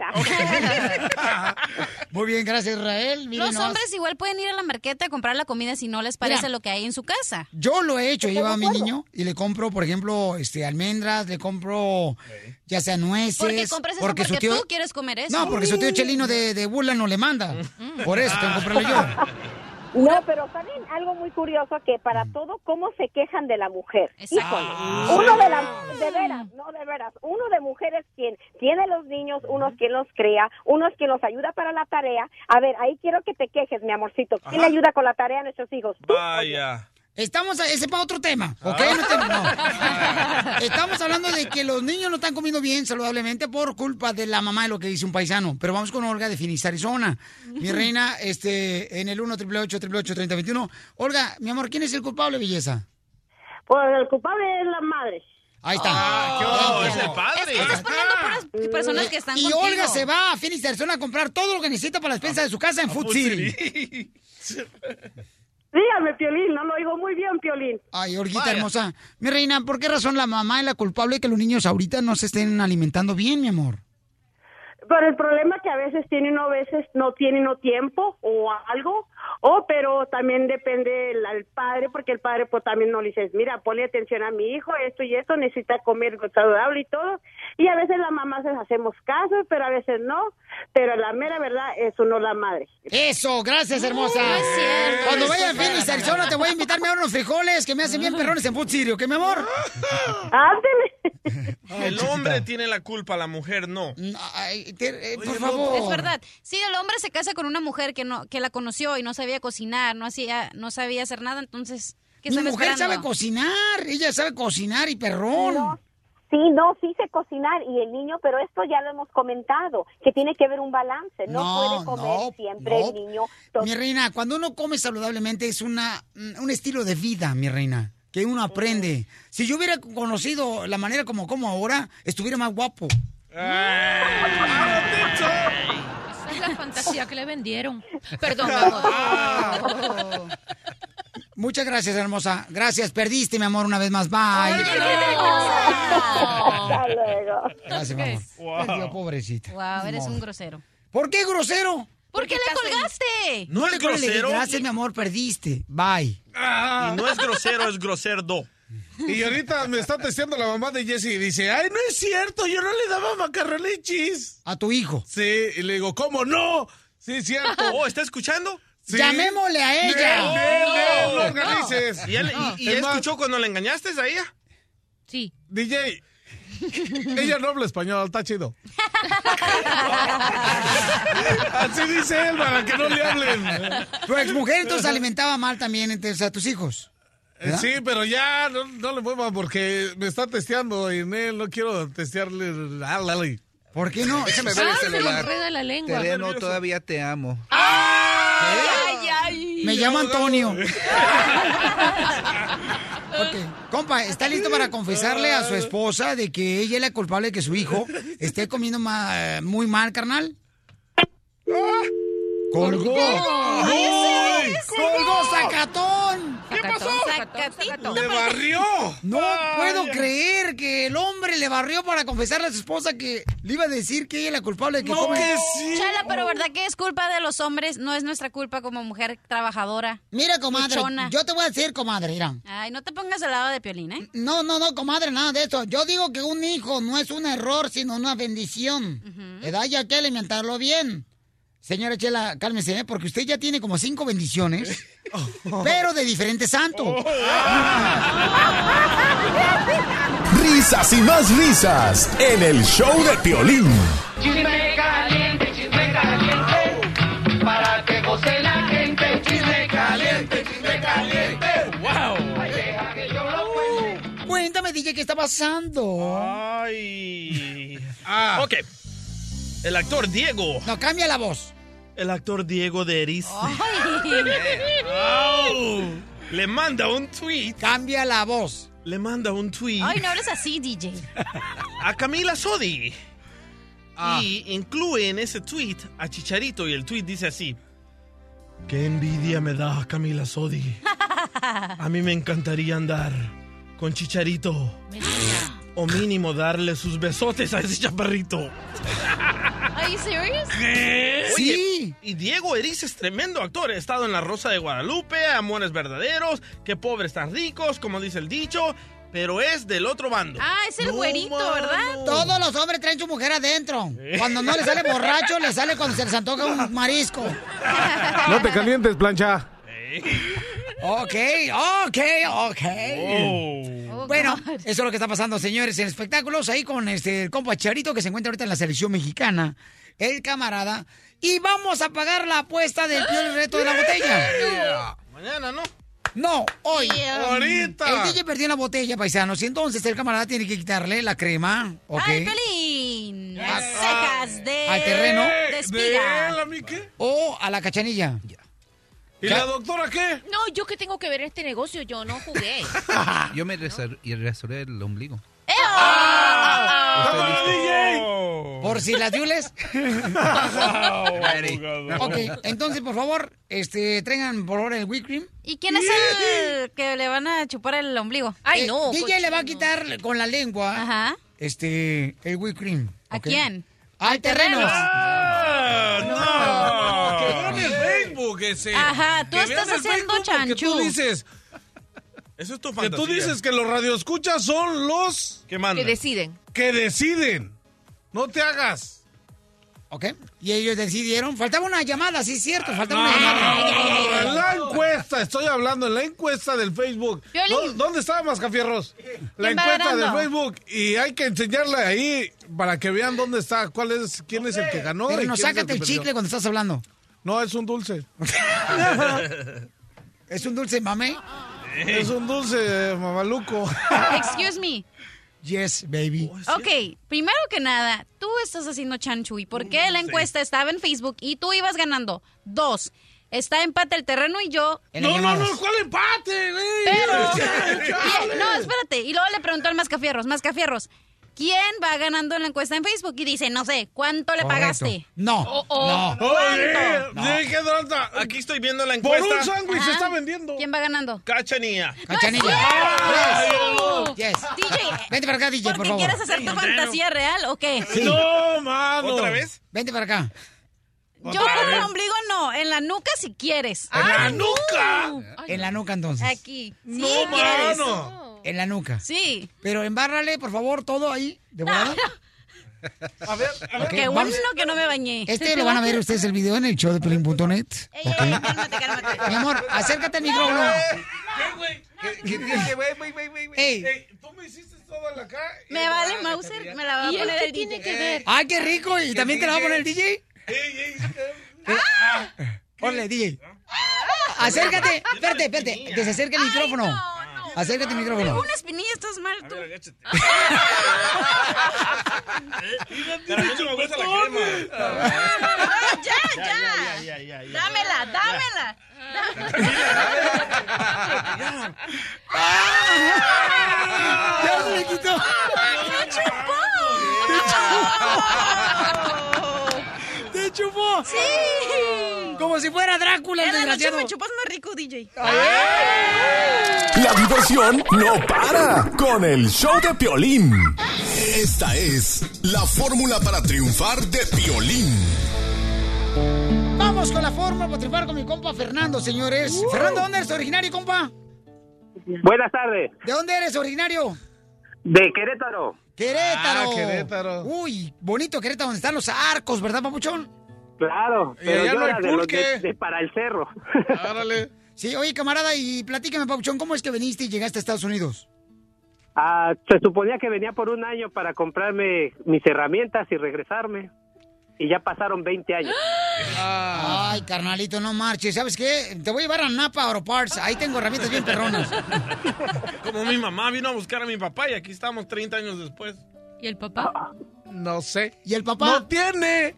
Muy bien, gracias, Israel. Miren Los nomás. hombres igual pueden ir a la marqueta a comprar la comida si no les parece Mira, lo que hay en su casa. Yo lo he hecho, llevo a mi niño y le compro, por ejemplo, almendras, le compro ya sea nueces. ¿Por qué compras eso? Porque su tío... tú quieres comer eso. No, porque su tío Chelino de Bula no le manda. Por eso tengo que comprarlo yo. No, pero saben algo muy curioso, que para todo, ¿cómo se quejan de la mujer? Híjole, uno de veras, uno de mujeres quien tiene los niños, uno es quien los cría, uno es quien los ayuda para la tarea. A ver, ahí quiero que te quejes, mi amorcito. ¿Quién le ayuda con la tarea a nuestros hijos? ¿Tú? Vaya. Ese para otro tema, ¿ok? No. Estamos hablando de que los niños no están comiendo bien saludablemente por culpa de la mamá, de lo que dice un paisano. Pero vamos con Olga de Phoenix, Arizona. Mi reina, en el 1-888-888-3021. Olga, mi amor, ¿quién es el culpable, belleza? Pues el culpable es la madre. Ahí está. Es el padre. Estás poniendo puras personas que están Y contigo. Olga se va a Phoenix, Arizona a comprar todo lo que necesita para la despensa de su casa en Food City. Dígame, Piolín, no lo oigo muy bien, Piolín. Ay, Olguita hermosa. Mi reina, ¿por qué razón la mamá es la culpable de que los niños ahorita no se estén alimentando bien, mi amor? Pero el problema es que a veces no tiene tiempo o algo, pero también depende al padre, porque el padre pues también no le dice, mira, ponle atención a mi hijo, esto y esto, necesita comer saludable y todo, y a veces las mamás les hacemos caso, pero a veces no, pero la mera verdad, eso no la madre. Eso, gracias, hermosa. No es cierto. Cuando vaya a Phoenix, Arizona, te voy a invitarme a unos frijoles que me hacen bien perrones en Food City, ¿ok, mi amor? Ándele. El hombre tiene la culpa, la mujer no. Por favor. Es verdad. Si el hombre se casa con una mujer que la conoció y no sabía cocinar, no sabía hacer nada, entonces, ¿qué Mi están mujer esperando? sabe cocinar, ella sabe cocinar y perrón. Sí sé cocinar y el niño, pero esto ya lo hemos comentado, que tiene que haber un balance, no puede comer siempre el niño. Mi reina, cuando uno come saludablemente es un estilo de vida, mi reina, que uno aprende. Si yo hubiera conocido la manera como ahora, estuviera más guapo. Esa es la fantasía que le vendieron. Perdón, mi amor. Muchas gracias, hermosa. Gracias, perdiste, mi amor, una vez más. Bye. Hasta luego. Gracias, mi amor. Perdió, pobrecita. Wow, eres un grosero. ¿Por qué grosero? ¿Por qué le colgaste? ¿No es grosero? Gracias, mi amor, perdiste. Bye. Y no es grosero, es groserdo. Y ahorita me está testeando la mamá de Jesse y dice, ay, no es cierto, yo no le daba macarrones y cheese. ¿A tu hijo? Sí, y le digo, ¿cómo no? Sí, es cierto. Oh, ¿está escuchando? Sí. Llamémosle a ella. No organices. ¿Y él escuchó cuando le engañaste a ella? Sí. DJ, ella no habla español, está chido. Así dice él, para que no le hablen. Tu exmujer entonces alimentaba mal también entonces, a tus hijos. ¿Verdad? Sí, pero ya no le mueva porque me está testeando y en él no quiero testearle a Lali. ¿Por qué no? Déjame ver el Se le celular. enreda la lengua. Terreno, todavía te amo. Me llamo Antonio. Ok. Compa, ¿está listo para confesarle a su esposa de que ella es la culpable de que su hijo esté comiendo muy mal, carnal? ¡Colgó! ¡Colgó, sacatón! ¿Qué pasó? Sacatito. ¡Le barrió! No puedo creer que el hombre le barrió para confesarle a su esposa que le iba a decir que ella es la culpable de que come. Chala, pero ¿verdad que es culpa de los hombres? No es nuestra culpa como mujer trabajadora. Mira, comadre, luchona. yo te voy a decir, comadre, mira. Ay, no te pongas al lado de Piolín, ¿eh? No, comadre, nada de eso. Yo digo que un hijo no es un error, sino una bendición. ¿Verdad? Y hay que alimentarlo bien. Señora Chela, cálmese, porque usted ya tiene como 5 bendiciones, pero de diferentes santos. Risas y más risas en el show de Piolín. Chisme caliente, para que goce la gente. Chisme caliente, wow. Ay, deja que yo lo cuente. Cuéntame, DJ, ¿qué está pasando? Ay. Ok. El actor Diego. No, cambia la voz. El actor Diego de Eris. Le manda un tweet. Cambia la voz. Le manda un tweet. Ay, no hables así, DJ. A Camila Sodi. Y incluye en ese tweet a Chicharito y el tweet dice así. Qué envidia me da Camila Sodi. A mí me encantaría andar con Chicharito. O mínimo darle sus besotes a ese chaparrito. Are you serious? ¿Qué? Sí. Oye, y Diego Erice es tremendo actor. He estado en La Rosa de Guadalupe, Amores Verdaderos, Qué pobres tan ricos, como dice el dicho, pero es del otro bando. Ah, es el güerito, ¿verdad? Todos los hombres traen su mujer adentro. Cuando no le sale borracho, le sale cuando se les antoja un marisco. No te calientes, plancha. Ok. Bueno, eso es lo que está pasando, señores, en espectáculos, ahí con el compa Charito, que se encuentra ahorita en la selección mexicana, el camarada, y vamos a pagar la apuesta del peor reto de la botella. Mañana, ¿no? No, hoy. Ahorita. El DJ perdió la botella, paisanos, y entonces el camarada tiene que quitarle la crema, ¿ok? ¡Al pelín! Las cejas de... Al terreno. De espiga. ¿De él, a mí qué? O a la cachanilla. ¿Y la doctora qué? No, ¿yo qué tengo que ver en este negocio? Yo no jugué. Yo me restauré el ombligo. ¡Cámara, DJ! Por si las diules. Ok, entonces, por favor, traigan por favor el whipped cream. ¿Y quién es el que le van a chupar el ombligo? Ay, no. DJ le va a quitar con la lengua. Ajá. El whipped cream. ¿A ¿ok? quién? Al terreno. ¡No! Que vean el Facebook ese. Ajá, tú Que vean estás el haciendo Facebook porque chanchú. Tú dices Eso es tu que fantasía. tú dices que los radioescuchas son los ¿Qué mandan? Que deciden. que deciden. No te hagas. Ok, y ellos decidieron. Faltaba una llamada, sí es cierto, faltaba una llamada. En la encuesta, estoy hablando en la encuesta del Facebook. Piolín. ¿Dónde está Mascafierros? La ¿Quién va encuesta del ganando? Facebook. Y hay que enseñarle ahí para que vean dónde está, quién es el que ganó. Pero y no, quién es sácate que el perdió. chicle cuando estás hablando. No, es un dulce. ¿Es un dulce mame? Es un dulce mamaluco. Excuse me. Yes, baby. Ok, primero que nada, tú estás haciendo chanchu. ¿Y por qué la encuesta estaba en Facebook y tú ibas ganando? 2. Está empate el terreno y yo. En las llamadas. ¿Cuál empate, güey? Pero. No, espérate. Y luego le preguntó al Mascafierros, ¿quién va ganando en la encuesta en Facebook? Y dice, no sé, ¿cuánto le Correcto. pagaste? No, no. Oye, No. ¿qué trata? Aquí estoy viendo la Por encuesta. un sándwich se Ajá. está vendiendo. ¿Quién va ganando? Cachanilla. Cachanilla. ¡Ay! Yes. DJ, Vente para acá, DJ, por ¿porque favor. quieres hacer tu fantasía real o qué? Sí. No, mano. ¿Otra vez? Vente para acá. Yo con el ombligo no, en la nuca si quieres. ¡En la nuca! En la nuca, entonces. Aquí. Si No, quieres. mano. En la nuca. Sí. Pero embárrale, por favor, todo ahí. De volada. A ver. Ok, Qué vamos. bueno que no me bañé. Lo van a ver ustedes el video en el show de Pelín.net. Ey, Ok. cálmate. Mi amor, acércate al micrófono. ¿Qué, güey? Ey. Tú me hiciste todo en la cara. Me vale Mauser, me la va a ¿Y poner qué el tiene DJ. que ver? ¡Ay, qué rico! ¿Y también te la va a poner el DJ? Ponle, DJ. Acércate. Espérate. Que se acerque el micrófono. Acércate al micrófono. Una espinilla, estás mal tú. Caramelo, me gusta la crema. Ya. Dámela. ¡Ya se le quitó! ¡Te chupó! ¡Sí! Como si fuera Drácula, el En la noche desgraciado. me chupas más rico, DJ. La diversión no para con el show de Piolín. Esta es la fórmula para triunfar de Piolín. Vamos con la fórmula para triunfar con mi compa Fernando, señores. Fernando, ¿dónde eres originario, compa? Buenas tardes. ¿De dónde eres originario? De Querétaro. Querétaro. Ah, Querétaro. Uy, bonito Querétaro, donde están los arcos, ¿verdad, papuchón? Claro, Y pero allá yo no hay era de los pulque. de para el cerro. Árale. Sí, oye, camarada, y platícame, papuchón, ¿cómo es que viniste y llegaste a Estados Unidos? Se suponía que venía por un año para comprarme mis herramientas y regresarme. Y ya pasaron 20 años. Ay, carnalito, no marches. ¿Sabes qué? Te voy a llevar a Napa Auto Parts. Ahí tengo herramientas bien perronas. Como mi mamá vino a buscar a mi papá y aquí estamos 30 años después. ¿Y el papá? No sé. ¿Y el papá? ¡No tiene!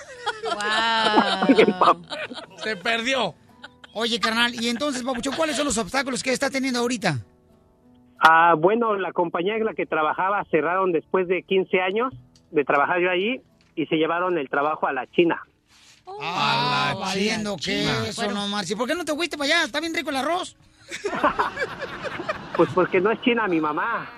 Wow. Se perdió. Oye, carnal, y entonces, papuchón, ¿cuáles son los obstáculos que está teniendo ahorita? Bueno, la compañía en la que trabajaba cerraron después de 15 años de trabajar yo allí y se llevaron el trabajo a la China. Valiendo que eso, no, Marci. ¿Por qué no te fuiste para allá? ¿Está bien rico el arroz? Pues porque no es china mi mamá.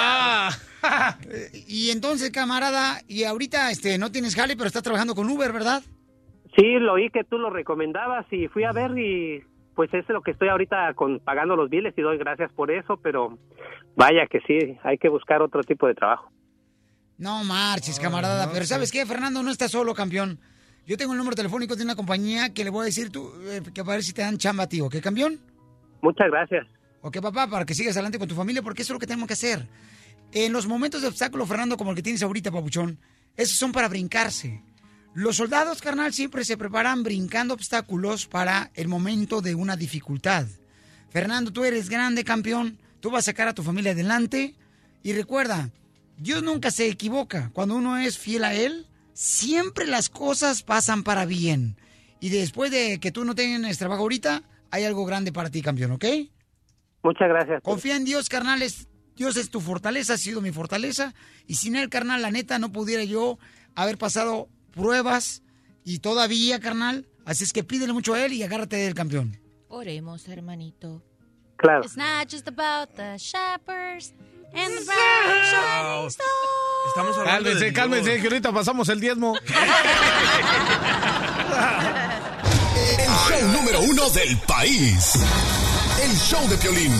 Y entonces, camarada, y ahorita no tienes jale, pero estás trabajando con Uber, ¿verdad? Sí, lo oí que tú lo recomendabas y fui a ver y pues es lo que estoy ahorita pagando los biles y doy gracias por eso, pero vaya que sí, hay que buscar otro tipo de trabajo. No marches, camarada, pero ¿sabes qué? Fernando no está solo, campeón. Yo tengo el número telefónico de una compañía que le voy a decir que para ver si te dan chamba a ti, ¿ok, campeón? Muchas gracias. Ok, papá, para que sigas adelante con tu familia, porque eso es lo que tenemos que hacer. En los momentos de obstáculo, Fernando, como el que tienes ahorita, papuchón, esos son para brincarse. Los soldados, carnal, siempre se preparan brincando obstáculos para el momento de una dificultad. Fernando, tú eres grande, campeón. Tú vas a sacar a tu familia adelante. Y recuerda, Dios nunca se equivoca. Cuando uno es fiel a Él, siempre las cosas pasan para bien. Y después de que tú no tengas trabajo ahorita, hay algo grande para ti, campeón, ¿ok? Muchas gracias. Confía en Dios, carnal. Dios es tu fortaleza, ha sido mi fortaleza. Y sin Él, carnal, la neta, no pudiera yo haber pasado pruebas y todavía, carnal. Así es que pídele mucho a Él y agárrate del campeón. Oremos, hermanito. Claro. It's not just about the shepherds and the bright shining stars. Estamos hablando cálmense, que ahorita pasamos el diezmo. El show número 1 del país. El show de Piolín.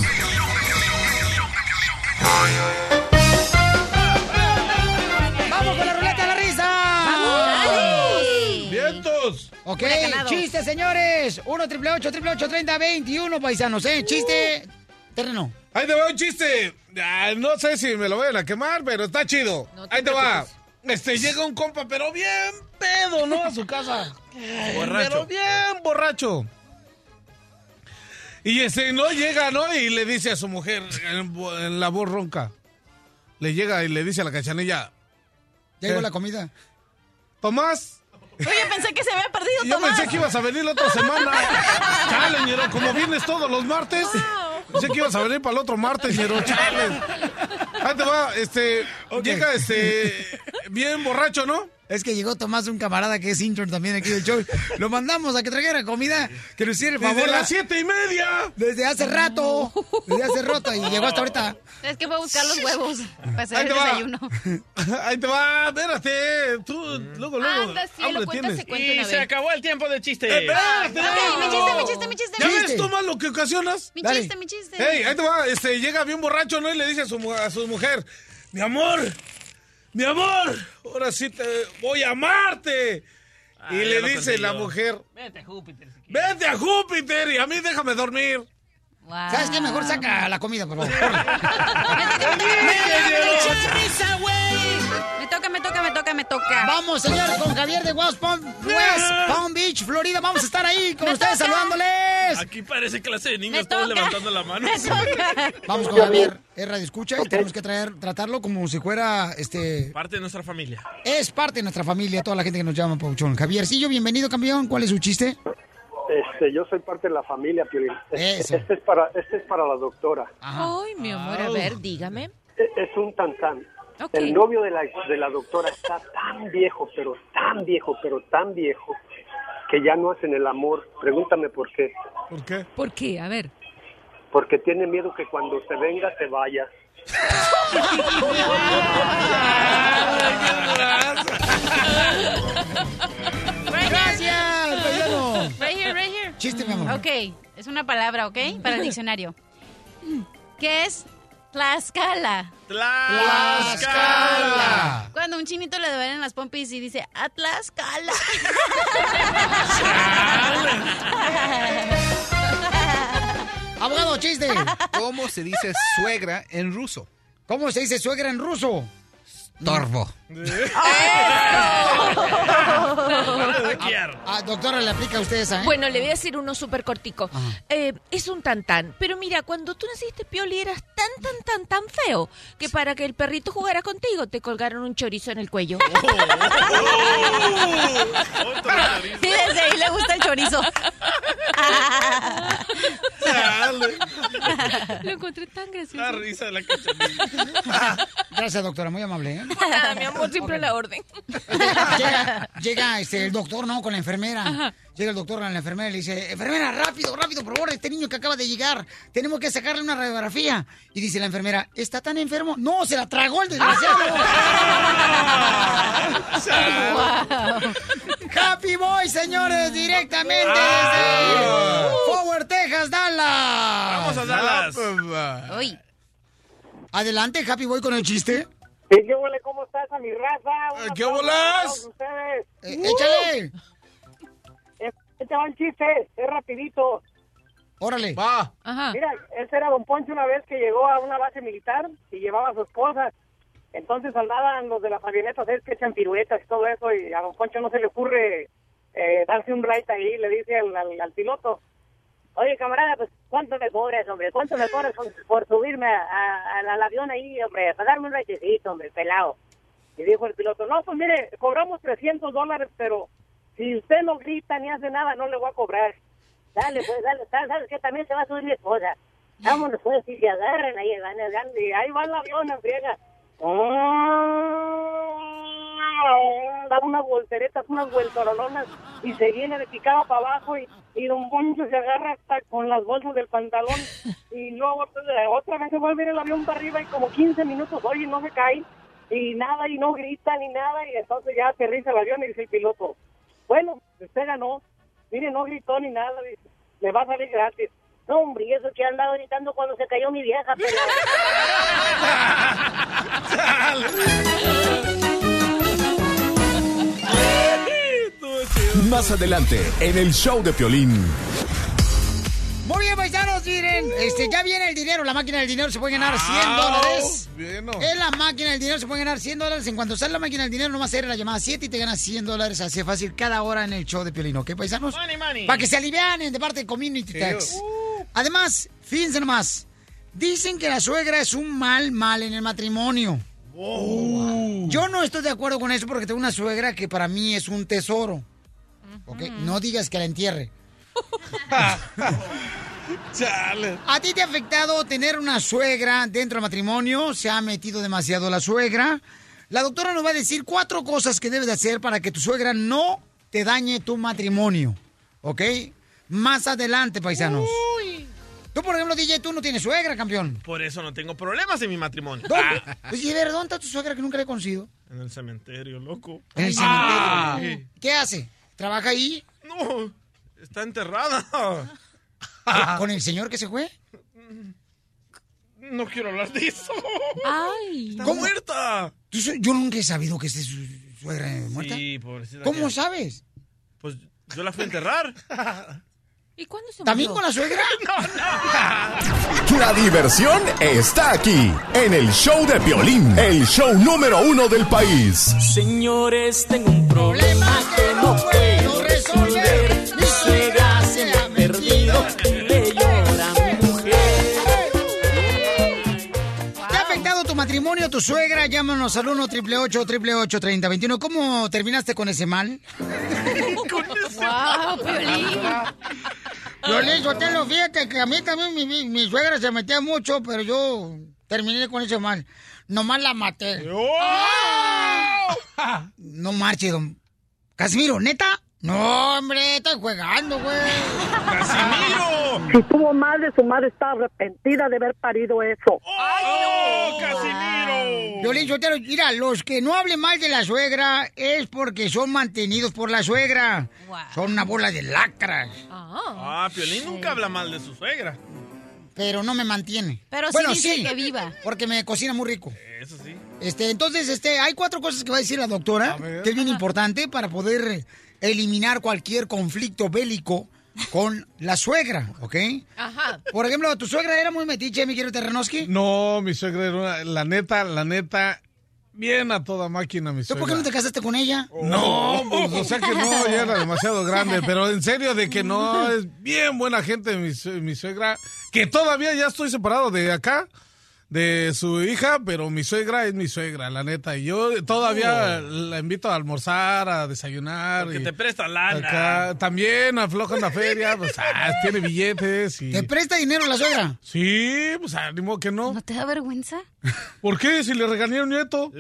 ¡Vamos con la ruleta de la risa! ¡Vamos! ¡Vientos! Ok, chiste, señores. 1-888-830-21, paisanos, chiste, terreno. Ahí te va un chiste. No sé si me lo vayan a quemar, pero está chido. Ahí te va. Llega un compa, pero bien pedo, ¿no? A su casa. Borracho. Pero bien borracho. Y no llega, ¿no? Y le dice a su mujer en la voz ronca. Le llega y le dice a la Cachanilla. ¿Ya llegó la comida? ¿Tomás? Oye, pensé que se había perdido, Yo Tomás. pensé que ibas a venir la otra semana. Chale, ñero, como vienes todos los martes. Pensé que ibas a venir para el otro martes, ñero, chale. Ahí te va, llega bien borracho, ¿no? Es que llegó Tomás, un camarada que es intern también aquí del show. Lo mandamos a que trajera comida, que nos hiciera el favor. Desde las 7:30. Desde hace rato. Y llegó hasta ahorita. Es que fue a buscar los huevos para hacer el desayuno. Ahí te va, espérate. Tú, luego. Anda, sí, lo cuentas, se cuenta una Y vez. se acabó el tiempo de chiste. ¡Espérate! Mi chiste. ¿Ya ves, Tomás, lo que ocasionas? Mi chiste. Hey, ahí te va, llega bien borracho, ¿no? Y le dice a su mujer, mi amor, ahora sí te voy a amarte. Y le dice la mujer, Vete a Júpiter. vete a Júpiter y a mí déjame dormir. Wow. ¿Sabes qué? Mejor saca la comida, por favor. Me toca. Vamos, señores, con Javier de West Palm Beach, Florida. Vamos a estar ahí con ustedes saludándoles. Aquí parece clase de niños todos levantando la mano. Vamos con Javier, es radio escucha y tenemos que tratarlo como si fuera Parte de nuestra familia. Es parte de nuestra familia, toda la gente que nos llama, Pauchón. Javiercillo, bienvenido, campeón. ¿Cuál es su chiste? Yo soy parte de la familia, Piolín. Eso. Este es para la doctora. Ay, mi amor, a ver, dígame. Es un tantán. Ok. El novio de la doctora está tan viejo, pero tan viejo, que ya no hacen el amor. Pregúntame por qué. ¿Por qué? ¿Por qué? A ver. Porque tiene miedo que cuando se venga se vaya. Gracias, paisano. Right here. Chiste, mi amor. Ok, es una palabra, ¿ok? Para el diccionario. ¿Qué es Tlaxcala? Tlaxcala. Cuando un chinito le duelen las pompis y dice, ¡a Tlaxcala! Abogado, chiste. ¿Cómo se dice suegra en ruso? ¿Cómo se dice suegra en ruso? Torvo. Doctora, le aplica a usted esa, ¿eh? Bueno, le voy a decir uno súper cortico. Es un tantán. Pero mira, cuando tú naciste, Pioli, eras tan feo que para que el perrito jugara contigo te colgaron un chorizo en el cuello. Y desde ahí le gusta el chorizo. Lo encontré tan gracioso. La risa de la Cachanilla. Gracias, doctora, muy amable. ¿eh? Mi amor, siempre la orden. Llega el doctor, ¿no? Con la enfermera. Ajá. Llega el doctor con la enfermera y le dice, enfermera, rápido, por favor, este niño que acaba de llegar, tenemos que sacarle una radiografía. Y dice la enfermera, ¿está tan enfermo? No, se la tragó el desgraciado. Wow. Happy Boy, señores, directamente desde Fort Worth, Texas, Dallas. Vamos a Dallas. Uy. Adelante, Happy Boy, con el chiste. ¿Qué huele? ¿Cómo estás a mi raza? ¿Qué bolas? Échale. Este va un chiste, es rapidito. Órale. Va. Ajá. Mira, ese era Don Poncho una vez que llegó a una base militar y llevaba a su esposa. Entonces andaban los de las avionetas, es que echan piruetas y todo eso, y a Don Poncho no se le ocurre darse un ride ahí. Le dice al piloto, oye, camarada, pues, ¿cuánto me cobras, hombre? ¿Cuánto me cobras por subirme al avión ahí, hombre? Para darme un ridecito, hombre, pelado. Y dijo el piloto, no, pues mire, cobramos $300, pero si usted no grita ni hace nada, no le voy a cobrar. Dale, pues, dale, ¿sabes qué? También se va a subir mi esposa. Vámonos, pues, y se agarran ahí, y ahí va el avión en friega. Da unas volteretas, unas vueltorolonas, y se viene de picado para abajo, y Don Poncho se agarra hasta con las bolsas del pantalón, y luego otra vez se vuelve el avión para arriba, y como 15 minutos, oye, no se cae, y nada, y no grita ni nada, y entonces ya aterriza el avión y dice el piloto, bueno, usted ganó, mire, no gritó ni nada, dice, le va a salir gratis. No, hombre, y eso que han andado gritando cuando se cayó mi vieja, Más adelante, en el show de Piolín. Muy bien, paisanos, miren, ya viene el dinero, la máquina del dinero se puede ganar $100. Bueno. En la máquina del dinero se puede ganar $100. En cuanto sale la máquina del dinero, nomás hacer la llamada 7 y te ganas $100. Así fácil cada hora en el show de Piolín, ¿ok, paisanos? Money. Para que se alivianen de parte de Community Tax. Además, fíjense nomás, dicen que la suegra es un mal en el matrimonio. Yo no estoy de acuerdo con eso porque tengo una suegra que para mí es un tesoro. ¿Ok? No digas que la entierre. Chale. ¿A ti te ha afectado tener una suegra dentro del matrimonio? ¿Se ha metido demasiado la suegra? La doctora nos va a decir 4 cosas que debes de hacer para que tu suegra no te dañe tu matrimonio. ¿Ok? Más adelante, paisanos. Uy. Tú, por ejemplo, DJ, tú no tienes suegra, campeón. Por eso no tengo problemas en mi matrimonio. Pues, ¿y ¿dónde está tu suegra que nunca la he conocido? En el cementerio, loco. ¿En el cementerio? ¿Qué hace? ¿Trabaja ahí? No, está enterrada. ¿Con el señor que se fue? No quiero hablar de eso. ¡Ay! Está muerta. Yo nunca he sabido que esté su suegra muerta. Sí, pobrecita. ¿Cómo sabes? Pues yo la fui a enterrar. ¿Y cuándo se murió? ¿También con la suegra? No. La diversión está aquí, en el show de Piolín, el show número 1 del país. Señores, tengo un problema que no puedo resolver. Mi suegra se me ha perdido y le llora a mi mujer. ¿Te ha afectado tu matrimonio, tu suegra? Llámanos al 1-888-888-3021. ¿Cómo terminaste con ese mal? ¡Wow, Piolín! Piolín, Sotelo, fíjate que a mí también mi suegra se metía mucho, pero yo terminé con ese mal. Nomás la maté. No marche, don Casimiro, ¿neta? No, hombre, estoy jugando, güey. ¡Casimiro! Si tuvo madre, su madre está arrepentida de haber parido eso. ¡Oh, Casimiro! Piolín Sotelo, mira, los que no hablen mal de la suegra es porque son mantenidos por la suegra. Wow. Son una bola de lacras. Piolín nunca habla mal de su suegra. Pero no me mantiene. Pero sí bueno, dice sí, que viva. Porque me cocina muy rico. Eso sí. Entonces, hay 4 cosas que va a decir la doctora, que es bien importante para poder eliminar cualquier conflicto bélico con la suegra, ¿ok? Ajá. Por ejemplo, ¿tu suegra era muy metiche, mi querido Terrenoski? No, mi suegra era la neta, bien a toda máquina, mi ¿Tú suegra. por qué no te casaste con ella? No, pues, o sea que no, ya era demasiado grande, pero en serio de que no, es bien buena gente mi suegra, que todavía ya estoy separado de acá, de su hija, pero mi suegra es mi suegra, la neta. Y yo todavía la invito a almorzar, a desayunar. Porque y te presta lana. acá también afloja en la feria, pues tiene billetes. Y... ¿Te presta dinero la suegra? Sí, pues ánimo que no. ¿No te da vergüenza? ¿Por qué? Si le regañé a un nieto.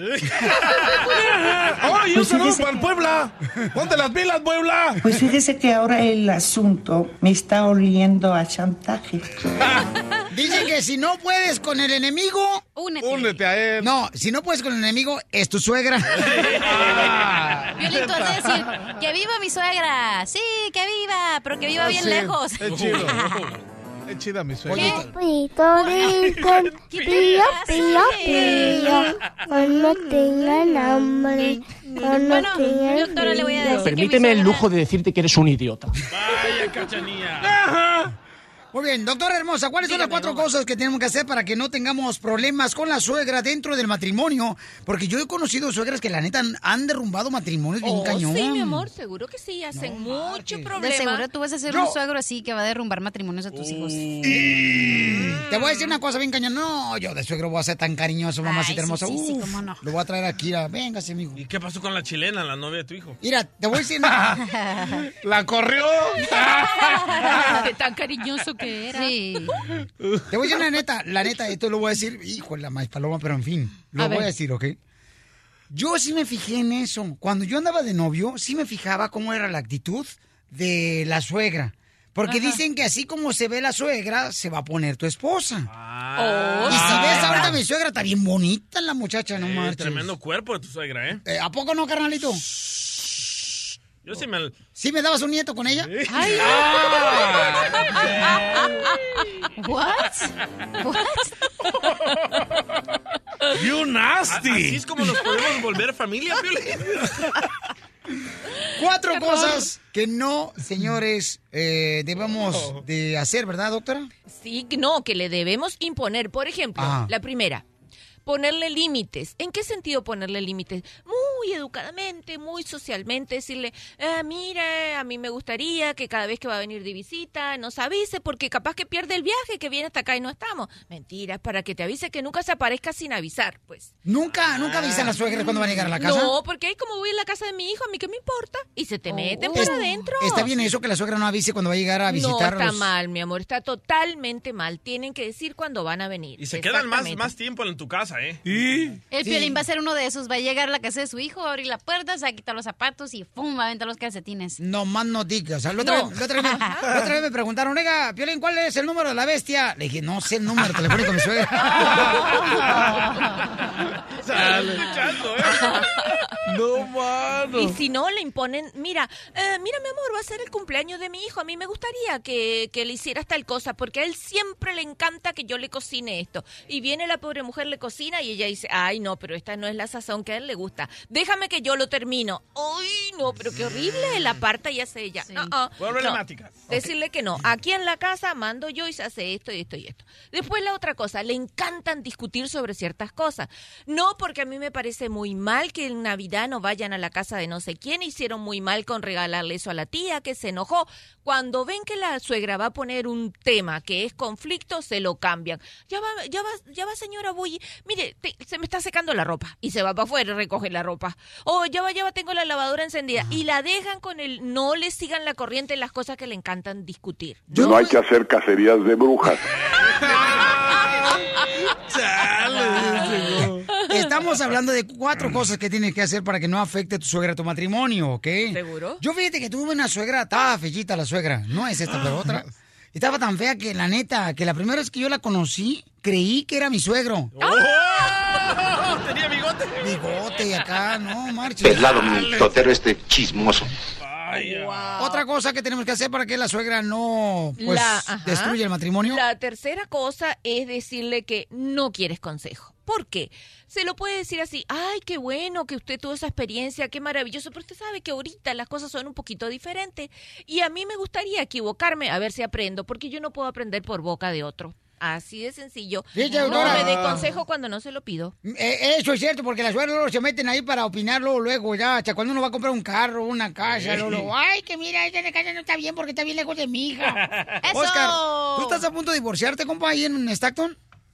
¡Ay, un saludo para el Puebla! ¡Ponte las pilas, Puebla! Pues fíjese que ahora el asunto me está oliendo a chantaje. Dicen que si no puedes con el enemigo, únete a él. No, si no puedes con el enemigo, es tu suegra. Violín, tú vas a decir, ¡que viva mi suegra! Sí, que viva, pero que viva bien lejos. Es chido. Es chida mi suegra. Pito dicen, pío, pío, pío, cuando tengan hambre, cuando tengan doctora, le voy a decir Permíteme el lujo de decirte que eres un idiota. Vaya, Cachanía. Muy bien, doctora hermosa, ¿cuáles son las 4 cosas que tenemos que hacer para que no tengamos problemas con la suegra dentro del matrimonio? Porque yo he conocido suegras que la neta han derrumbado matrimonios bien cañón. Sí, mi amor, seguro que sí, hacen mucho problema. De seguro tú vas a ser un suegro así que va a derrumbar matrimonios de tus hijos. Te voy a decir una cosa bien cañón. No, yo de suegro voy a ser tan cariñoso, mamacita hermosa. Sí, cómo no. Lo voy a traer aquí, véngase, amigo. ¿Y qué pasó con la chilena, la novia de tu hijo? Mira, te voy a decir... ¡La corrió! Tan cariñoso que era. Sí. Te voy a decir la neta, esto lo voy a decir, hijo de la maíz paloma, pero en fin, lo voy a decir, ¿ok? Yo sí me fijé en eso. Cuando yo andaba de novio, sí me fijaba cómo era la actitud de la suegra. Porque dicen que así como se ve la suegra, se va a poner tu esposa. Y si ves ahorita mi suegra, está bien bonita la muchacha, no marches. Tremendo cuerpo de tu suegra, ¿eh? ¿A poco no, carnalito? Yo sí me... ¿Sí me dabas un nieto con ella? ¡Ay! ¿What? ¡You nasty! Así es como nos podemos volver familia, Piolín. 4 cosas que no, señores, debemos de hacer, ¿verdad, doctora? Sí, no, que le debemos imponer. Por ejemplo, la primera, ponerle límites. ¿En qué sentido ponerle límites? Muy educadamente, muy socialmente, decirle, mira, a mí me gustaría que cada vez que va a venir de visita nos avise, porque capaz que pierde el viaje, que viene hasta acá y no estamos. Mentiras, para que te avise, que nunca se aparezca sin avisar, pues. ¿Nunca avisan las suegras cuando van a llegar a la casa? No, porque ahí como voy a la casa de mi hijo, a mí qué me importa. Y se te meten por adentro. ¿Está bien eso que la suegra no avise cuando va a llegar a visitar? No, está mal, mi amor, está totalmente mal. Tienen que decir cuándo van a venir. Y se quedan más tiempo en tu casa, ¿eh? El Piolín va a ser uno de esos, va a llegar a la casa de su hijo, va a abrir la puerta, se va a quitar los zapatos y ¡pum! Va a aventar los calcetines. No más noticas. La otra vez me preguntaron, oiga, Piolín, ¿cuál es el número de la bestia? Le dije, no sé el número telefónico de mi suegra. escuchando, ¿eh? No, mano. Y si no, le imponen, mira, mi amor, va a ser el cumpleaños de mi hijo. A mí me gustaría que le hicieras tal cosa, porque a él siempre le encanta que yo le cocine esto. Y viene la pobre mujer, le cocina y ella dice, ay, no, pero esta no es la sazón que a él le gusta. Déjame que yo lo termino. Ay, no, pero qué horrible, la aparta y hace ella. Sí. Problemáticas. Decirle que no. Aquí en la casa mando yo y se hace esto y esto y esto. Después la otra cosa, le encantan discutir sobre ciertas cosas. No, porque a mí me parece muy mal que en Navidad no vayan a la casa de no sé quién, hicieron muy mal con regalarle eso a la tía, que se enojó. Cuando ven que la suegra va a poner un tema que es conflicto, se lo cambian. Ya va, señora, voy, mire, se me está secando la ropa. Y se va para afuera y recoge la ropa. O ya va, tengo la lavadora encendida. Y la dejan con no le sigan la corriente en las cosas que le encantan discutir. No hay que hacer cacerías de brujas. Estamos hablando de 4 cosas que tienes que hacer para que no afecte a tu suegra tu matrimonio, ¿ok? ¿Seguro? Yo fíjate que tuve una suegra, estaba fellita la suegra, no es esta, pero otra. Estaba tan fea que la neta, que la primera vez que yo la conocí, creí que era mi suegro. ¡Oh! ¿Tenía bigote? Bigote acá, no, marcha. Pelado, mi totero chismoso. Wow. Otra cosa que tenemos que hacer para que la suegra no destruya el matrimonio. La tercera cosa es decirle que no quieres consejo. ¿Por qué? Se lo puede decir así, ay, qué bueno que usted tuvo esa experiencia, qué maravilloso, pero usted sabe que ahorita las cosas son un poquito diferentes y a mí me gustaría equivocarme a ver si aprendo, porque yo no puedo aprender por boca de otro. Así de sencillo. No me dé consejo cuando no se lo pido. Eso es cierto, porque las suegras luego se meten ahí para opinar luego ya. Hasta cuando uno va a comprar un carro, una casa, luego, ay, que mira, esta casa no está bien porque está bien lejos de mi hija. ¡Eso! Oscar, ¿tú estás a punto de divorciarte, compa, ahí en Stockton?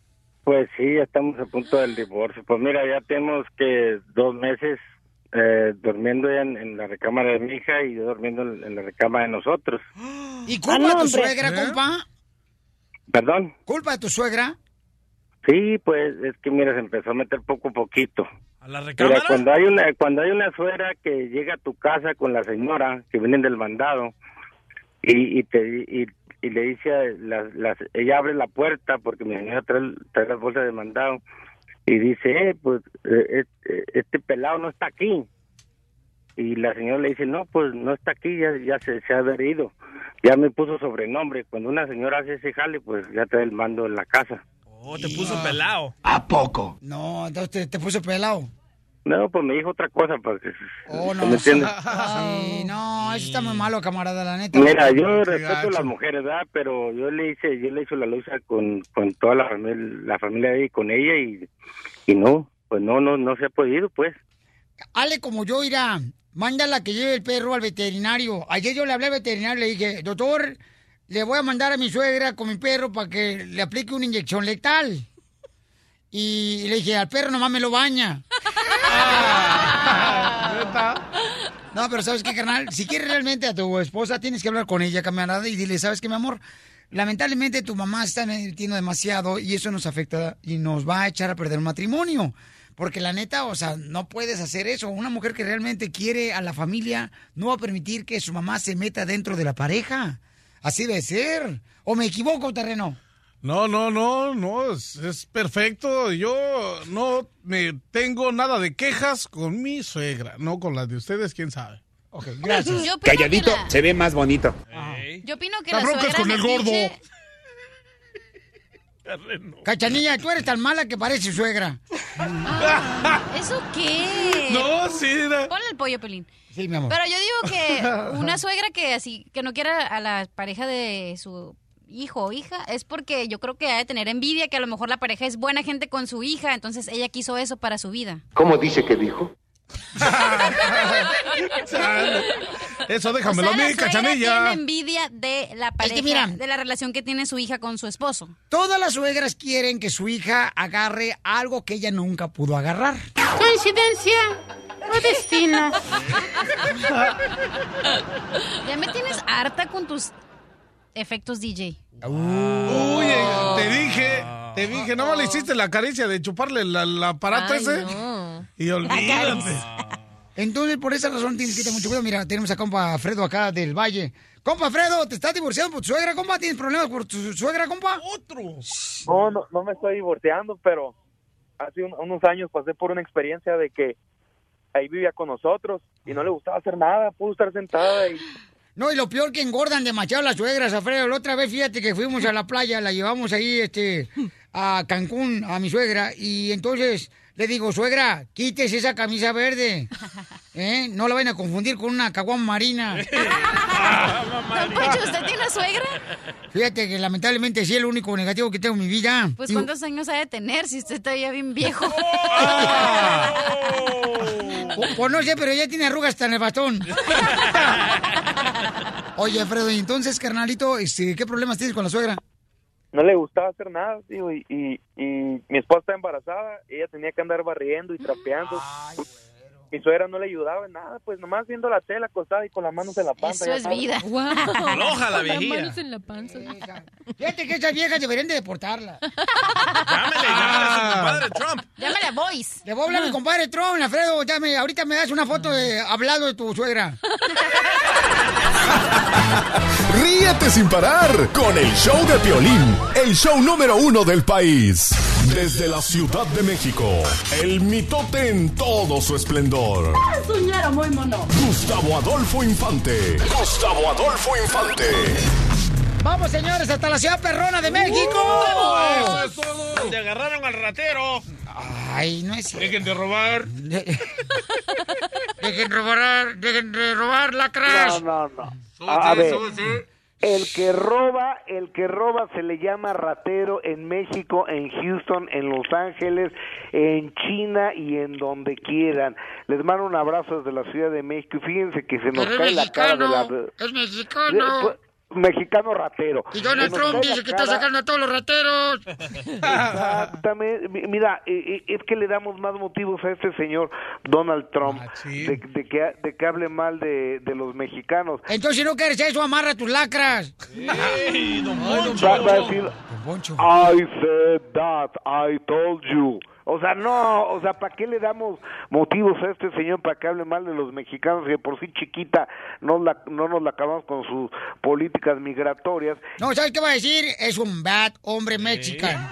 Pues sí, ya estamos a punto del divorcio. Pues mira, ya tenemos que 2 meses durmiendo ya en la recámara de mi hija y yo durmiendo en la recámara de nosotros. ¿Y culpa de tu suegra, compa? ¿Perdón? ¿Culpa de tu suegra? Sí, pues es que mira, se empezó a meter poco a poquito. ¿A la recámara? Mira, cuando hay una suegra que llega a tu casa con la señora, que vienen del mandado, y le dice, ella abre la puerta porque mi señora trae las bolsas de mandado, y dice, pues este pelado no está aquí. Y la señora le dice, no, pues no está aquí, ya se ha ido. Ya me puso sobrenombre. Cuando una señora hace ese jale, pues ya trae el mando en la casa. Oh, te puso pelado. ¿A poco? No, entonces te puso pelado. No, pues me dijo otra cosa, porque... Oh, no. ¿Me entiendes? Sí, no, eso está muy malo, camarada, la neta. Mira, yo respeto a las mujeres, ¿verdad? Pero yo le hice la lucha con toda la familia de ella y con ella y no, pues no se ha podido, pues. Ale, como yo, irá, mándala que lleve el perro al veterinario. Ayer yo le hablé al veterinario y le dije, doctor, le voy a mandar a mi suegra con mi perro para que le aplique una inyección letal. Y le dije, al perro nomás me lo baña. No, pero ¿sabes qué, carnal? Si quieres realmente a tu esposa, tienes que hablar con ella, camarada, y dile, ¿sabes qué, mi amor? Lamentablemente tu mamá se está metiendo demasiado y eso nos afecta y nos va a echar a perder un matrimonio. Porque la neta, o sea, no puedes hacer eso. Una mujer que realmente quiere a la familia no va a permitir que su mamá se meta dentro de la pareja. Así debe ser. ¿O me equivoco, terreno? No, es perfecto. Yo no me tengo nada de quejas con mi suegra, no con las de ustedes, quién sabe. Ok, gracias. Calladito, se ve más bonito. Yo opino que la suegra con el gordo. Cachanilla, tú eres tan mala que parece suegra. ¿Eso qué? No, sí. Ponle el pollo, Pelín. Sí, mi amor. Pero yo digo que una suegra que no quiera a la pareja de su hijo o hija es porque yo creo que ha de tener envidia, que a lo mejor la pareja es buena gente con su hija, entonces ella quiso eso para su vida. ¿Cómo dice que dijo? Eso déjamelo a mí, Cachanilla. Tiene envidia de la pareja, de la relación que tiene su hija con su esposo. Todas las suegras quieren que su hija agarre algo que ella nunca pudo agarrar. ¿Coincidencia o destino? Ya me tienes harta con tus efectos DJ. Uy, te dije, ¿no le hiciste la caricia de chuparle el aparato ese? No. Y olvídate. Entonces, por esa razón tienes que tener mucho cuidado. Mira, tenemos a compa Fredo acá del Valle. Compa Fredo, ¿te estás divorciando por tu suegra, compa? ¿Tienes problemas por tu suegra, compa? No me estoy divorciando, pero hace unos años pasé por una experiencia de que ahí vivía con nosotros y no le gustaba hacer nada, pudo estar sentada y... No, y lo peor que engordan demasiado las suegras, Alfredo. La otra vez, fíjate que fuimos a la playa, la llevamos ahí, a Cancún, a mi suegra, y entonces le digo, suegra, quítese esa camisa verde, no la vayan a confundir con una caguama marina. Don Poncho, ¿usted tiene suegra? Fíjate que lamentablemente sí es lo único negativo que tengo en mi vida. Pues ¿cuántos años ha de tener si usted está ya bien viejo? Pues no sé, pero ya tiene arrugas hasta en el bastón. Oye, Alfredo, y entonces, carnalito, ¿qué problemas tienes con la suegra? No le gustaba hacer nada, tío, y mi esposa está embarazada, ella tenía que andar barriendo y trapeando. Mi suegra no le ayudaba en nada, pues nomás viendo la tela acostada y con las manos en la panza. Eso es vida. Wow. Aloja la viejilla. Las manos en la panza. Fíjate que esas viejas deberían de deportarla. Llámele a su compadre Trump. Llámale a Boyce. Le voy a hablar a mi compadre Trump, Alfredo. Ahorita me das una foto de hablado de tu suegra. Ríete sin parar con el show de Piolín, el show número 1 del país. Desde la Ciudad de México, el mitote en todo su esplendor. Es un ñero muy mono. Gustavo Adolfo Infante. Vamos, señores, hasta la ciudad perrona de México. Eso es todo. Donde agarraron al ratero. Ay, no es cierto. Dejen de robar. Dejen de robar la crash. No. A ver, el que roba se le llama ratero en México, en Houston, en Los Ángeles, en China y en donde quieran. Les mando un abrazo desde la Ciudad de México y fíjense que se nos cae la cara de la... Es mexicano. mexicano ratero. Y Donald Trump dice que está sacando a todos los rateros. Exactamente. Mira, es que le damos más motivos a este señor Donald Trump de que hable mal de los mexicanos. Entonces, si no quieres eso, amarra tus lacras. ¡Ey, don Poncho! Va a decir, I said that, I told you. O sea, no, o sea, ¿para qué le damos motivos a este señor para que hable mal de los mexicanos que por sí chiquita no nos la acabamos con sus políticas migratorias? No, ¿sabes qué va a decir? Es un bad hombre mexicano.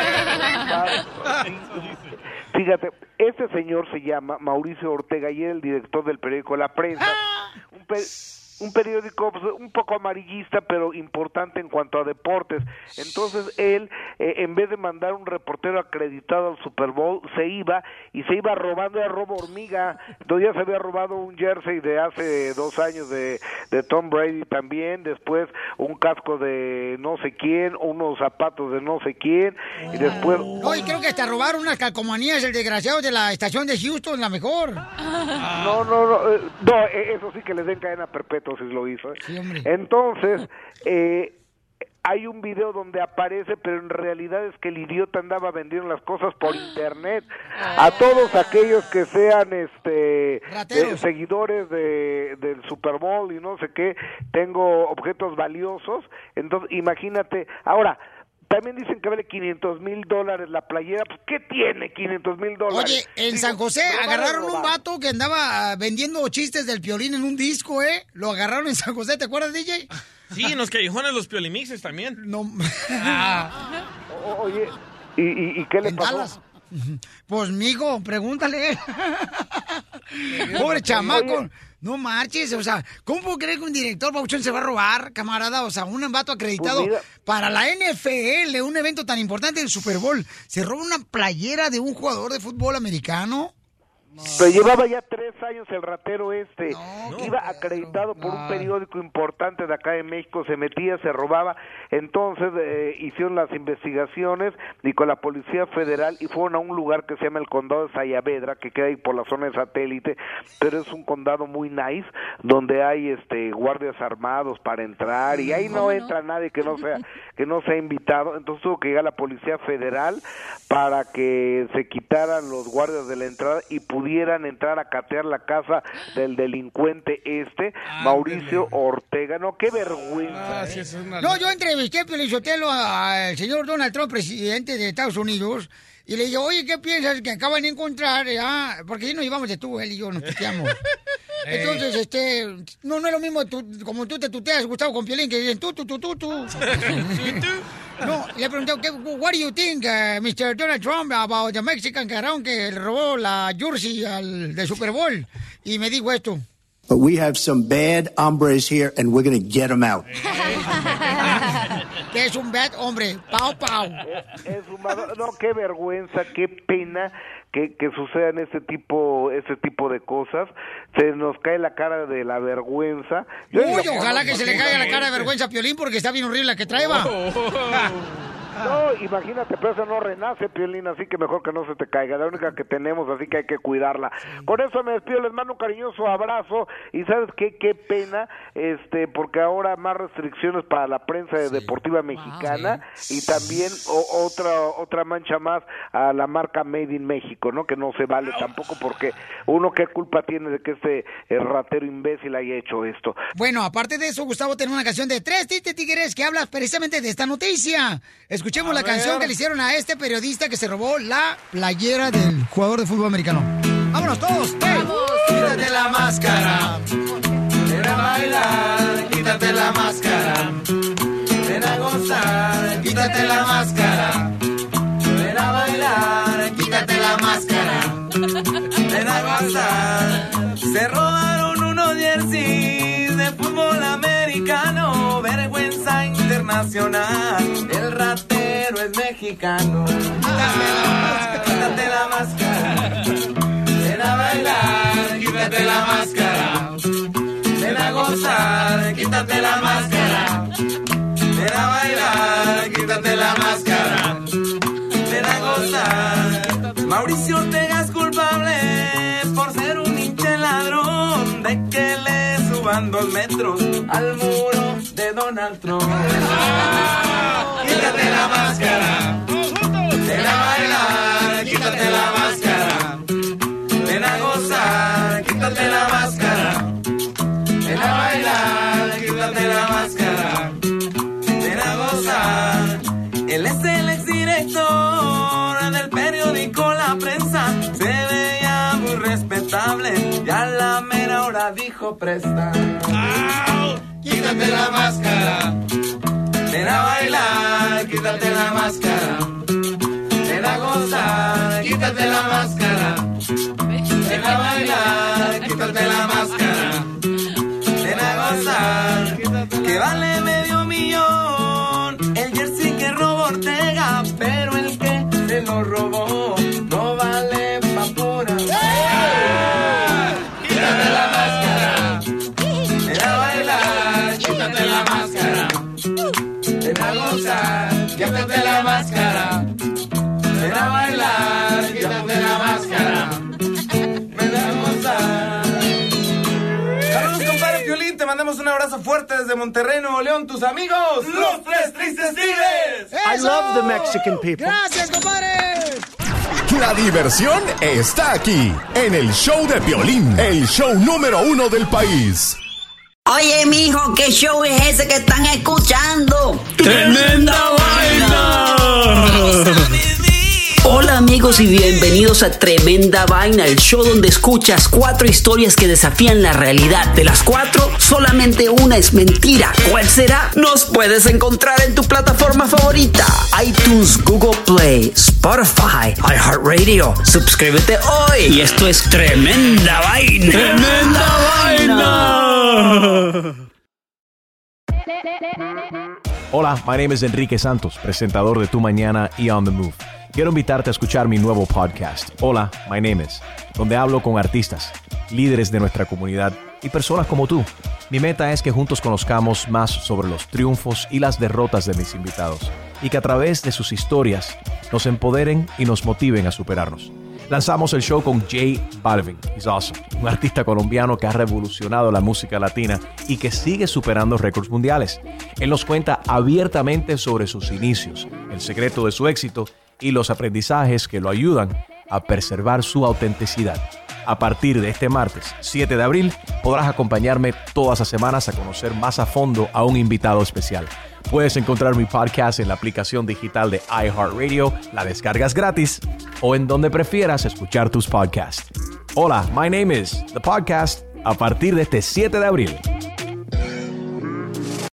Fíjate, este señor se llama Mauricio Ortega y es el director del periódico La Prensa. Un periódico pues, un poco amarillista, pero importante en cuanto a deportes. Entonces él, en vez de mandar un reportero acreditado al Super Bowl, se iba robando, era robo hormiga. Entonces ya se había robado un jersey de hace 2 años de Tom Brady también, después un casco de no sé quién, unos zapatos de no sé quién, y después... No, y creo que hasta robaron unas calcomanías el desgraciado de la estación de Houston, la mejor. No, eso sí que les den cadena perpetua si lo hizo. Sí, hombre. Entonces, hay un video donde aparece, pero en realidad es que el idiota andaba vendiendo las cosas por internet. A todos aquellos que sean seguidores del Super Bowl y no sé qué, tengo objetos valiosos. Entonces, imagínate. Ahora, también dicen que vale $500,000 la playera. Pues, ¿qué tiene $500,000? Oye, en San José agarraron un vato que andaba vendiendo chistes del Piolín en un disco, ¿eh? Lo agarraron en San José, ¿te acuerdas, DJ? Sí, en los callejones los Piolimixes también. No. Oye, ¿y qué le pasó? Dallas. Pues, mijo, pregúntale. Pobre chamaco. Oye. No marches, o sea, ¿cómo puedo creer que un director babuchón se va a robar, camarada? O sea, un vato acreditado para la NFL, un evento tan importante, el Super Bowl. ¿Se roba una playera de un jugador de fútbol americano? Pero llevaba ya 3 años el ratero iba acreditado por un periódico importante de acá de México, se metía, se robaba, entonces hicieron las investigaciones y con la Policía Federal y fueron a un lugar que se llama el Condado de Sayavedra, que queda ahí por la zona de satélite, pero es un condado muy nice, donde hay guardias armados para entrar y ahí no entra nadie que no sea invitado, entonces tuvo que llegar la Policía Federal para que se quitaran los guardias de la entrada y pudieran entrar a catear la casa del delincuente Mauricio Ortega. No, qué vergüenza. No, yo entrevisté a Piolín Sotelo al señor Donald Trump, presidente de Estados Unidos, y le digo, oye, ¿qué piensas que acaban de encontrar? Porque si nos llevamos de tú, él y yo nos tuteamos. Entonces, no es lo mismo como tú te tuteas, Gustavo, con Piolín, que dicen tú. No, le pregunté, what do you think, Mr. Donald Trump, about the Mexican carón que le robó la jersey de Super Bowl? Y me dijo esto. But we have some bad hombres here, and we're going to get them out. ¿Qué es un bad hombre? Pau. No, qué vergüenza, qué pena que sucedan este tipo de cosas. Se nos cae la cara de la vergüenza. Ojalá que se le caiga la cara de vergüenza a Piolín porque está bien horrible la que trae, va. No, imagínate, pero eso no renace, Piolín, así que mejor que no se te caiga, la única que tenemos, así que hay que cuidarla. Con eso me despido, les mando un cariñoso abrazo, y ¿sabes qué? Qué pena, porque ahora más restricciones para la prensa deportiva mexicana, y también otra mancha más a la marca Made in México, ¿no? Que no se vale tampoco, porque uno qué culpa tiene de que este ratero imbécil haya hecho esto. Bueno, aparte de eso, Gustavo tiene una canción de 3 tigres que habla precisamente de esta noticia. Escuchemos la canción que le hicieron a este periodista que se robó la playera del jugador de fútbol americano. ¡Vámonos todos! ¡Vamos! Quítate la máscara. Ven a bailar, quítate la máscara. Ven a gozar, quítate la máscara. Ven a bailar, quítate la máscara. Ven a gozar. Se robaron unos jerseys de fútbol americano. Vergüenza internacional. El ratero es mexicano. Quítate la máscara. Ven a bailar, quítate la máscara. Ven a gozar, quítate la máscara. Ven a bailar, quítate la máscara. Ven a gozar. Mauricio Ortega es culpable por ser un hinche ladrón de que le suba suban 2 metros al muro de Donald Trump. Quítate la máscara, ven a bailar, quítate la máscara, ven a gozar, quítate la máscara, ven a bailar, quítate la máscara, ven a gozar. Él es el exdirector del periódico La Prensa, se veía muy respetable, ya la mera hora dijo presta. Quítate la máscara, ven a bailar, quítate la máscara, ven a gozar, quítate la máscara, ven a bailar, quítate la máscara, ven a gozar, que vale $500,000 el jersey que robó Ortega, pero el que se lo robó no vale pa' pura. Quítate la máscara, ven a bailar, quítate la máscara, ven a gozar, quítate la máscara, ven a bailar, quítate la máscara, ven a gozar. Saludos, compadre Piolín, te mandamos un abrazo fuerte desde Monterrey, Nuevo León, tus amigos, los Tres Tristes Tigres. I love the Mexican people. ¡Gracias, compadre! La diversión está aquí, en el show de Piolín, el show número 1 del país. Oye, mijo, ¿qué show es ese que están escuchando? ¡Tremenda Vaina! Hola amigos y bienvenidos a Tremenda Vaina, el show donde escuchas 4 historias que desafían la realidad. De las 4, solamente una es mentira. ¿Cuál será? Nos puedes encontrar en tu plataforma favorita: iTunes, Google Play, Spotify, iHeartRadio. Suscríbete hoy. Y esto es Tremenda Vaina. ¡Tremenda Vaina! Hola, my name is Enrique Santos, presentador de Tu Mañana y On The Move. Quiero invitarte a escuchar mi nuevo podcast, Hola, my name is, donde hablo con artistas, líderes de nuestra comunidad y personas como tú. Mi meta es que juntos conozcamos más sobre los triunfos y las derrotas de mis invitados y que a través de sus historias nos empoderen y nos motiven a superarnos. Lanzamos el show con J Balvin, he's awesome, un artista colombiano que ha revolucionado la música latina y que sigue superando récords mundiales. Él nos cuenta abiertamente sobre sus inicios, el secreto de su éxito y los aprendizajes que lo ayudan a preservar su autenticidad. A partir de este martes 7 de abril podrás acompañarme todas las semanas a conocer más a fondo a un invitado especial. Puedes encontrar mi podcast en la aplicación digital de iHeartRadio, la descargas gratis o en donde prefieras escuchar tus podcasts. Hola, my name is The Podcast, a partir de este 7 de abril.